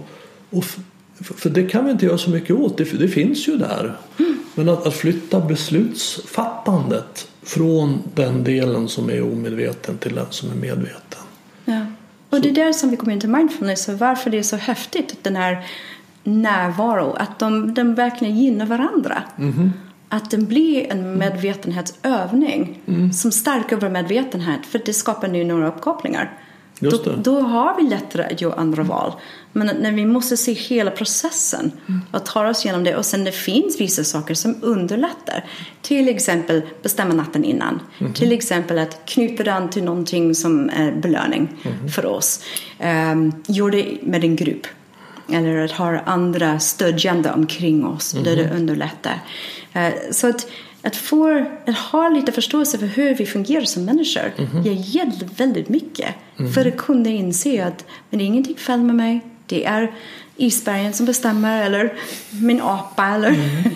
för det kan vi inte göra så mycket åt. Det finns ju där. Men att flytta beslutsfattandet från den delen som är omedveten till den som är medveten. Ja. Och det är där som vi kommer in till mindfulness, och varför det är så häftigt, den här närvaro, att de verkligen gynnar varandra. Att det blir en medvetenhetsövning som stärker vår medvetenhet, för det skapar nu några uppkopplingar. Då har vi lättare att göra andra val. Men när vi måste se hela processen och ta oss igenom det, och sen det finns vissa saker som underlättar. Till exempel bestämma natten innan. Till exempel att knyta an till någonting som är belöning för oss. Gör det med en grupp. Eller att ha andra stödjande omkring oss där det underlättar. Så att ha lite förståelse för hur vi fungerar som människor ger väldigt mycket. För att kunna inse att men det är ingenting fel med mig. Det är isbergen som bestämmer, eller min apa, eller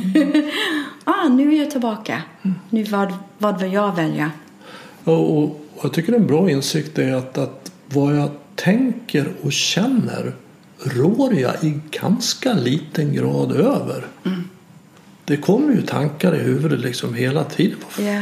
nu är jag tillbaka. Nu vad vill jag välja? Och jag tycker en bra insikt är att vad jag tänker och känner rår jag i ganska liten grad över. Det kommer ju tankar i huvudet liksom hela tiden.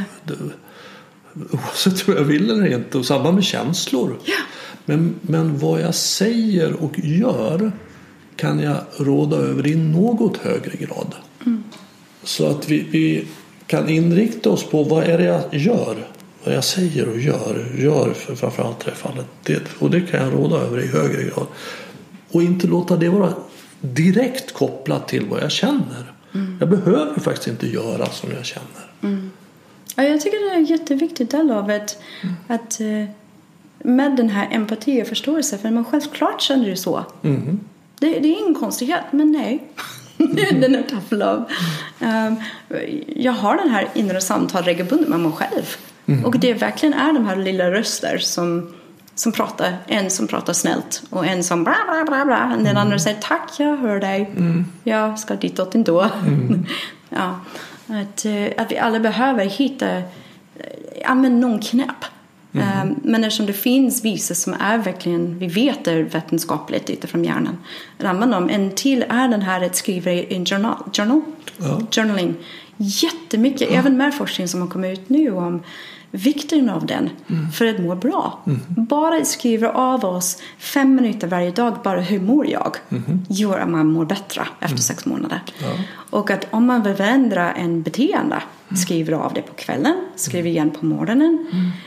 Oavsett om jag vill eller inte. Och samma med känslor. Men vad jag säger och gör kan jag råda över i något högre grad. Så att vi kan inrikta oss på vad är det jag gör. Vad jag säger och gör för framförallt det fallet. Och det kan jag råda över i högre grad. Och inte låta det vara direkt kopplat till vad jag känner. Jag behöver faktiskt inte göra som jag känner. Ja, jag tycker det är en jätteviktig del av att med den här empati och förståelse, för man självklart känner det så. Det är ingen konstighet, men nej. Den är tough love. Jag har den här inre samtal regelbundet med mig själv. Och det verkligen är de här lilla röster som pratar. En som pratar snällt och en som bla bla bla bla. Den andra säger tack, jag hör dig. Jag ska ditåt ändå. Ja, att vi alla behöver hitta någon knäpp. Men eftersom det finns vissa som är verkligen, vi vet det vetenskapligt utifrån hjärnan. En till är den här att skriva i en journaling. Jättemycket, även med forskning som har kommit ut nu om vikten av den för att må bra. Bara skriva av oss 5 minuter varje dag, bara hur mår jag, gör att man mår bättre efter 6 månader. Och att om man vill ändra en beteende, skriver av det på kvällen, skriver igen på morgonen.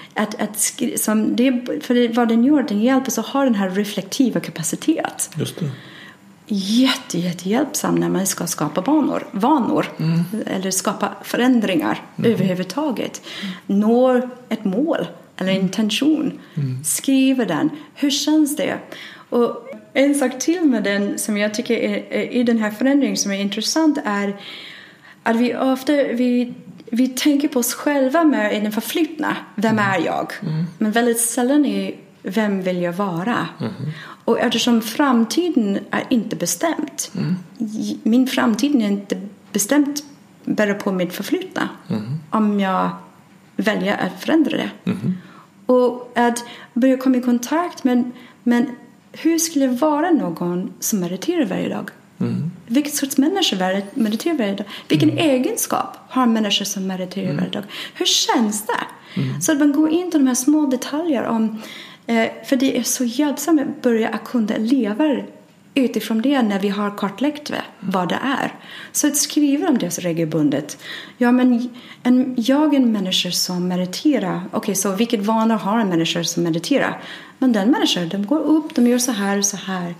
För vad den gör, den hjälper så har den här reflektiva kapacitet. Just det. Jättehjälpsam när man ska skapa vanor eller skapa förändringar överhuvudtaget. Når ett mål eller intention. Skriver den. Hur känns det? Och en sak till med den som jag tycker är i den här förändringen som är intressant är att vi ofta vi tänker på oss själva med i den förflutna. Vem är jag? Men väldigt sällan är vem vill jag vara? Och eftersom framtiden är inte bestämt. Min framtid är inte bestämt bara på mitt förflutna. Om jag välja att förändra det. Och att börja komma i kontakt med, men hur skulle det vara någon som mediterar varje dag? Vilket sorts människor mediterar varje dag? Vilken egenskap har människor som mediterar varje dag? Hur känns det? Så att man går in till de här små detaljer om, för det är så hjälpsamt att börja att kunna leva utifrån det när vi har kartlagt vad det är. Så att skriva om det så regelbundet. Ja, men jag är en människa som mediterar. Okej, så vilket vanor har en människa som mediterar? Men den människan, de går upp, de gör så här och så här.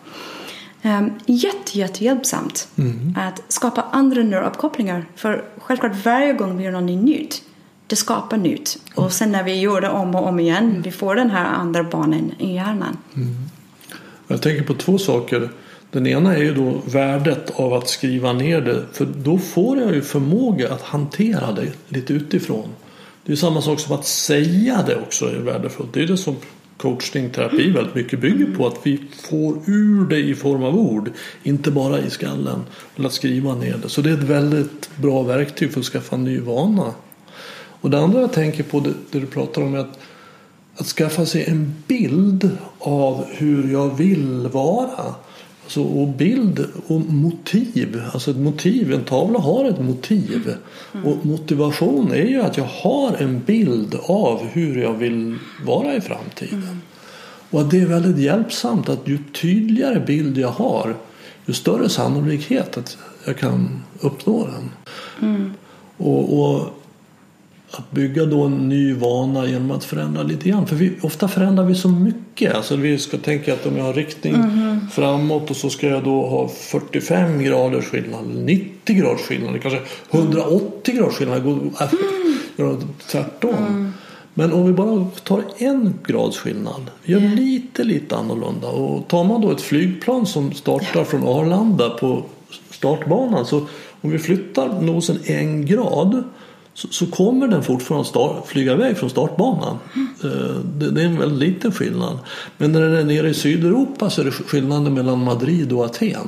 Jättehjälpsamt att skapa andra neurouppkopplingar. För självklart varje gång vi gör något nytt, det skapar nytt. Och sen när vi gör det om och om igen, vi får den här andra banan i hjärnan. Jag tänker på 2 saker. Den ena är ju då värdet av att skriva ner det. För då får jag ju förmåga att hantera det lite utifrån. Det är samma sak som att säga det också är värdefullt. Det är det som coaching, terapi väldigt mycket bygger på. Att vi får ur det i form av ord. Inte bara i skallen. Eller att skriva ner det. Så det är ett väldigt bra verktyg för att skaffa en ny vana. Och det andra jag tänker på det du pratar om är att skaffa sig en bild av hur jag vill vara. Alltså, och bild och motiv. Alltså ett motiv, en tavla har ett motiv. Och motivation är ju att jag har en bild av hur jag vill vara i framtiden. Och att det är väldigt hjälpsamt att ju tydligare bild jag har, ju större sannolikhet att jag kan uppnå den. Och att bygga då en ny vana genom att förändra lite grann. För ofta förändrar vi så mycket. Alltså vi ska tänka att om jag har riktning framåt och så ska jag då ha 45 graders skillnad, 90 graders skillnad, kanske 180 graders skillnad. Göra tvärtom. Men om vi bara tar 1 grads skillnad, gör lite annorlunda. Och tar man då ett flygplan som startar från Arlanda på startbanan, så om vi flyttar nosen 1 grad, så kommer den fortfarande flyga iväg från startbanan. Det är en väldigt liten skillnad. Men när den är nere i Sydeuropa så är det skillnaden mellan Madrid och Aten.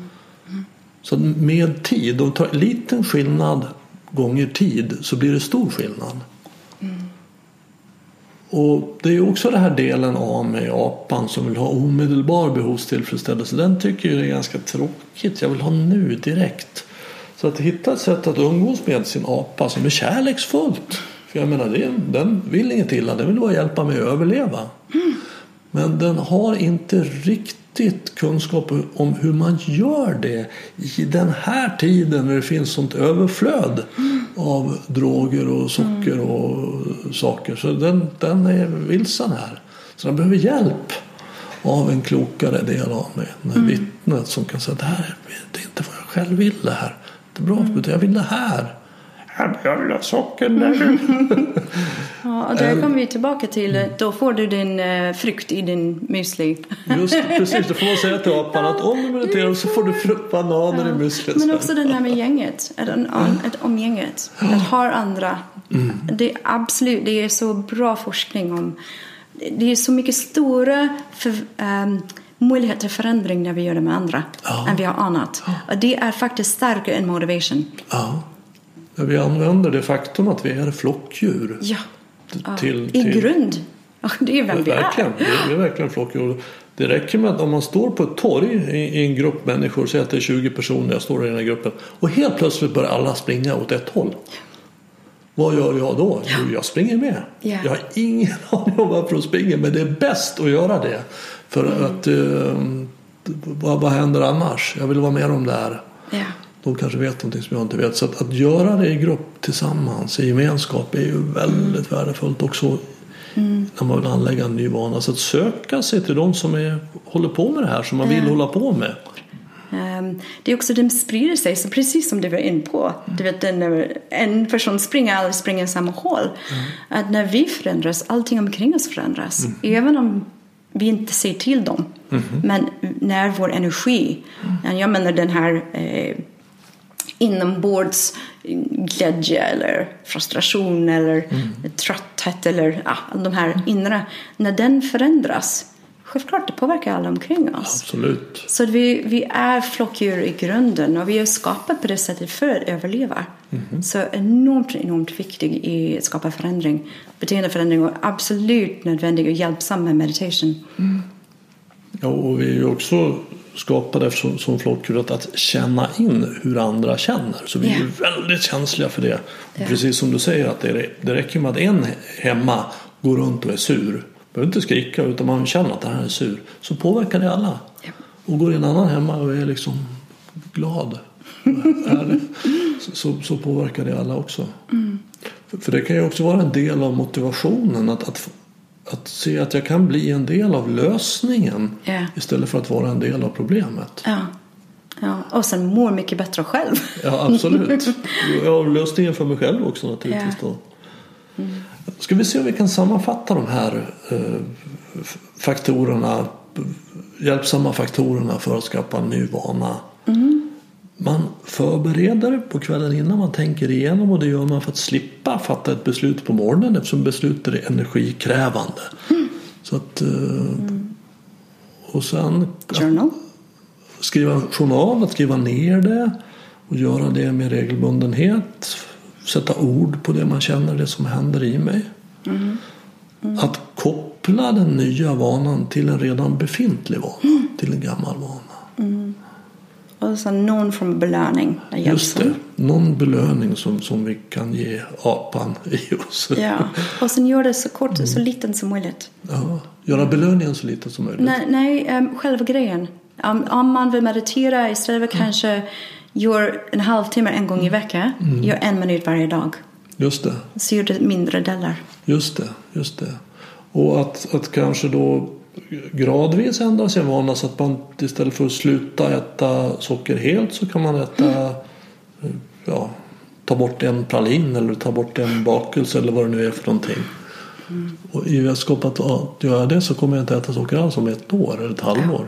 Så med tid, om tar liten skillnad gånger tid, så blir det stor skillnad. Och det är också den här delen av med apan som vill ha omedelbar behovstillfredsställelse. Den tycker jag är ganska tråkigt. Jag vill ha nu direkt. Så att hitta ett sätt att umgås med sin apa som är kärleksfullt. För jag menar, den vill inget illa. Den vill bara hjälpa mig att överleva. Men den har inte riktigt kunskap om hur man gör det i den här tiden när det finns sånt överflöd av droger och socker och saker. Så den är vilsen här. Så den behöver hjälp av en klokare del av mig. Den vittnet som kan säga, det här är inte vad jag själv vill det här. Bra, jag vill det här. Jag vill ha socker nu. Ja, och där kommer vi tillbaka till, då får du din frukt i din müsli. Just precis, då får man säga till apan att om du mediterar så får du bananer i müsli. Men också den här med gänget, ett omgänget. Att ha andra. Det är absolut, det är så bra forskning om. Det är så mycket stora möjlighet till förändring när vi gör det med andra än vi har annat. Och det är faktiskt starkare än motivation. Ja. Vi använder det faktum att vi är flockdjur. Ja. Till i grund. Det är vem vi är. Det är verkligen flockdjur. Det räcker med att om man står på ett torg i en grupp människor, säg att det är 20 personer, jag står i den här gruppen, och helt plötsligt börjar alla springa åt ett håll. Vad gör jag då? Jo, jag springer med. Jag har ingen aning om varför de springer, men det är bäst att göra det. För att vad händer annars? Jag vill vara med om det här. De kanske vet någonting som jag inte vet. Så att göra det i grupp tillsammans, i gemenskap, är ju väldigt värdefullt också när man vill anlägga en ny vana. Så att söka sig till de som håller på med det här som man vill hålla på med. Det är också, den sprider sig, så precis som du var in på. Du vet, när en person springer i samma håll. Att när vi förändras, allting omkring oss förändras. Även om vi inte ser till dem. Men när vår energi, jag menar den här inombords glädje eller frustration eller trötthet eller de här inre, när den förändras, självklart det påverkar alla omkring oss. Absolut. Så vi är flockdjur i grunden och vi är skapade på det sättet för att överleva. Så enormt viktig i att skapa förändring, beteendeförändring, och absolut nödvändig och hjälpsam med meditation. Ja, och vi är ju också skapade som flockdjur att känna in hur andra känner. Så vi är ju väldigt känsliga för det. Ja. Precis som du säger, att det räcker med att en hemma går runt och är sur. Behöver inte skrika, utan man känner att den här är sur. Så påverkar det alla. Ja. Och går en annan hemma och är liksom glad. så påverkar det alla också. För det kan ju också vara en del av motivationen att se att jag kan bli en del av lösningen istället för att vara en del av problemet. Ja, och sen mår mycket bättre själv. Ja, absolut. Jag har lösningen för mig själv också naturligtvis då. Ska vi se om vi kan sammanfatta de här faktorerna, hjälpsamma faktorerna för att skapa en ny vana. Man förbereder på kvällen innan, man tänker igenom, och det gör man för att slippa fatta ett beslut på morgonen, eftersom beslut är energikrävande. Så att och sen skriva journal, att skriva ner det och göra det med regelbundenhet, sätta ord på det man känner, det som händer i mig. Att koppla den nya vanan till en redan befintlig vana, till en gammal vana. Och sen någon form av belöning. Just det, någon belöning som vi kan ge apan i oss. Ja, och sen gör det så kort, så liten som möjligt. Ja, göra belöningen så liten som möjligt. Nej, själva grejen. Om man vill meditera istället för kanske gör en halvtimme en gång i veckan, gör 1 minut varje dag. Just det. Så gör det mindre delar. Just det. Och att kanske då gradvis ändra sin vana, så att man istället för att sluta äta socker helt, så kan man äta ta bort en pralin eller ta bort en bakelse eller vad det nu är för någonting. Och i vetskap att göra det, så kommer jag inte äta socker alls om 1 år eller ett halvår.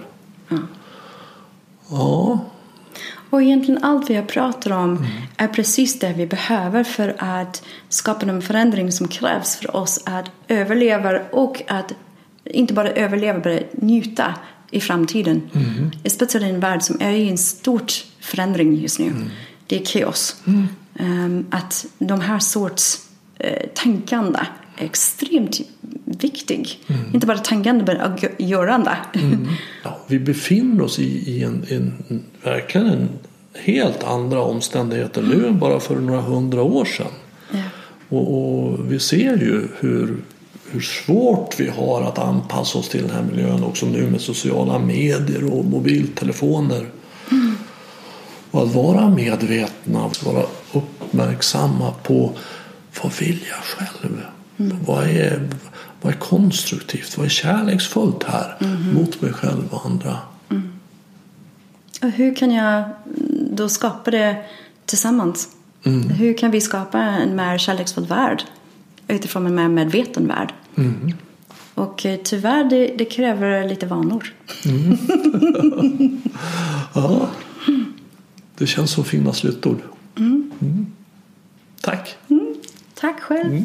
Ja. Och egentligen allt vi har pratat om är precis det vi behöver för att skapa en förändring som krävs för oss att överleva, och att inte bara överleva, bara njuta i framtiden. Speciellt i en värld som är i en stor förändring just nu. Det är kaos. Att de här sorts tänkande är extremt viktig. Inte bara tänkande, men görande. Ja, vi befinner oss i en verkligen en helt andra omständigheter nu än bara för några 100 år sedan. Och vi ser ju hur svårt vi har att anpassa oss till den här miljön också nu med sociala medier och mobiltelefoner. Och att vara medvetna, att vara uppmärksamma på vad vill jag själv? Vad är konstruktivt? Vad är kärleksfullt här mot mig själv och andra? Och hur kan jag då skapa det tillsammans? Hur kan vi skapa en mer kärleksfull värld utifrån en mer medveten värld? Och tyvärr det kräver lite vanor. Ja, det känns som fina slutord. Tack. Tack själv.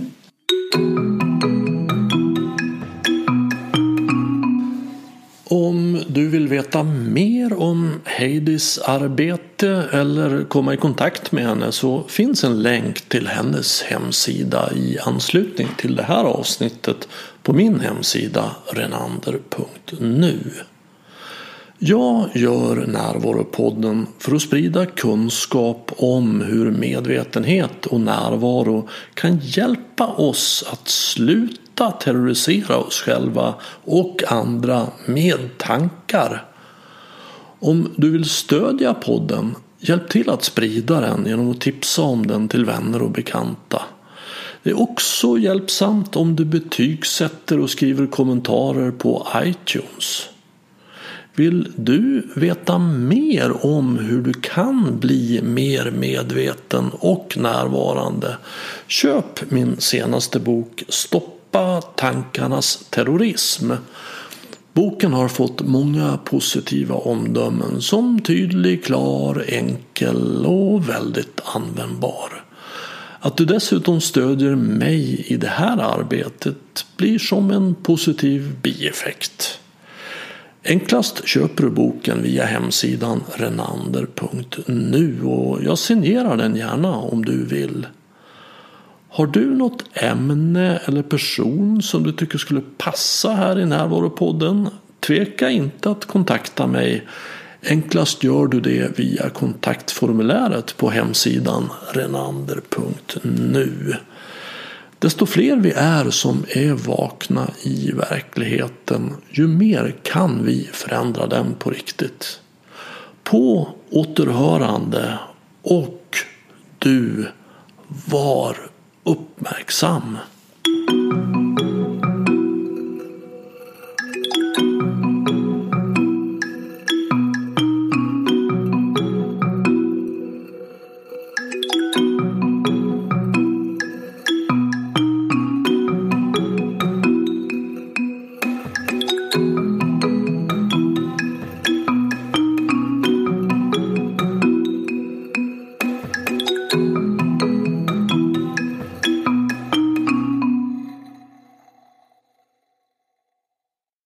Om du vill veta mer om Heidis arbete eller komma i kontakt med henne, så finns en länk till hennes hemsida i anslutning till det här avsnittet på min hemsida renander.nu. Jag gör Närvaropodden för att sprida kunskap om hur medvetenhet och närvaro kan hjälpa oss att sluta terrorisera oss själva och andra med tankar. Om du vill stödja podden, hjälp till att sprida den genom att tipsa om den till vänner och bekanta. Det är också hjälpsamt om du betygsätter och skriver kommentarer på iTunes. Vill du veta mer om hur du kan bli mer medveten och närvarande? Köp min senaste bok Stoppa tankarnas terrorism. Boken har fått många positiva omdömen som tydlig, klar, enkel och väldigt användbar. Att du dessutom stödjer mig i det här arbetet blir som en positiv bieffekt. Enklast köper du boken via hemsidan renander.nu och jag signerar den gärna om du vill. Har du något ämne eller person som du tycker skulle passa här i Närvaropodden? Tveka inte att kontakta mig. Enklast gör du det via kontaktformuläret på hemsidan renander.nu. Desto fler vi är som är vakna i verkligheten, ju mer kan vi förändra den på riktigt. På återhörande, och du var uppmärksam.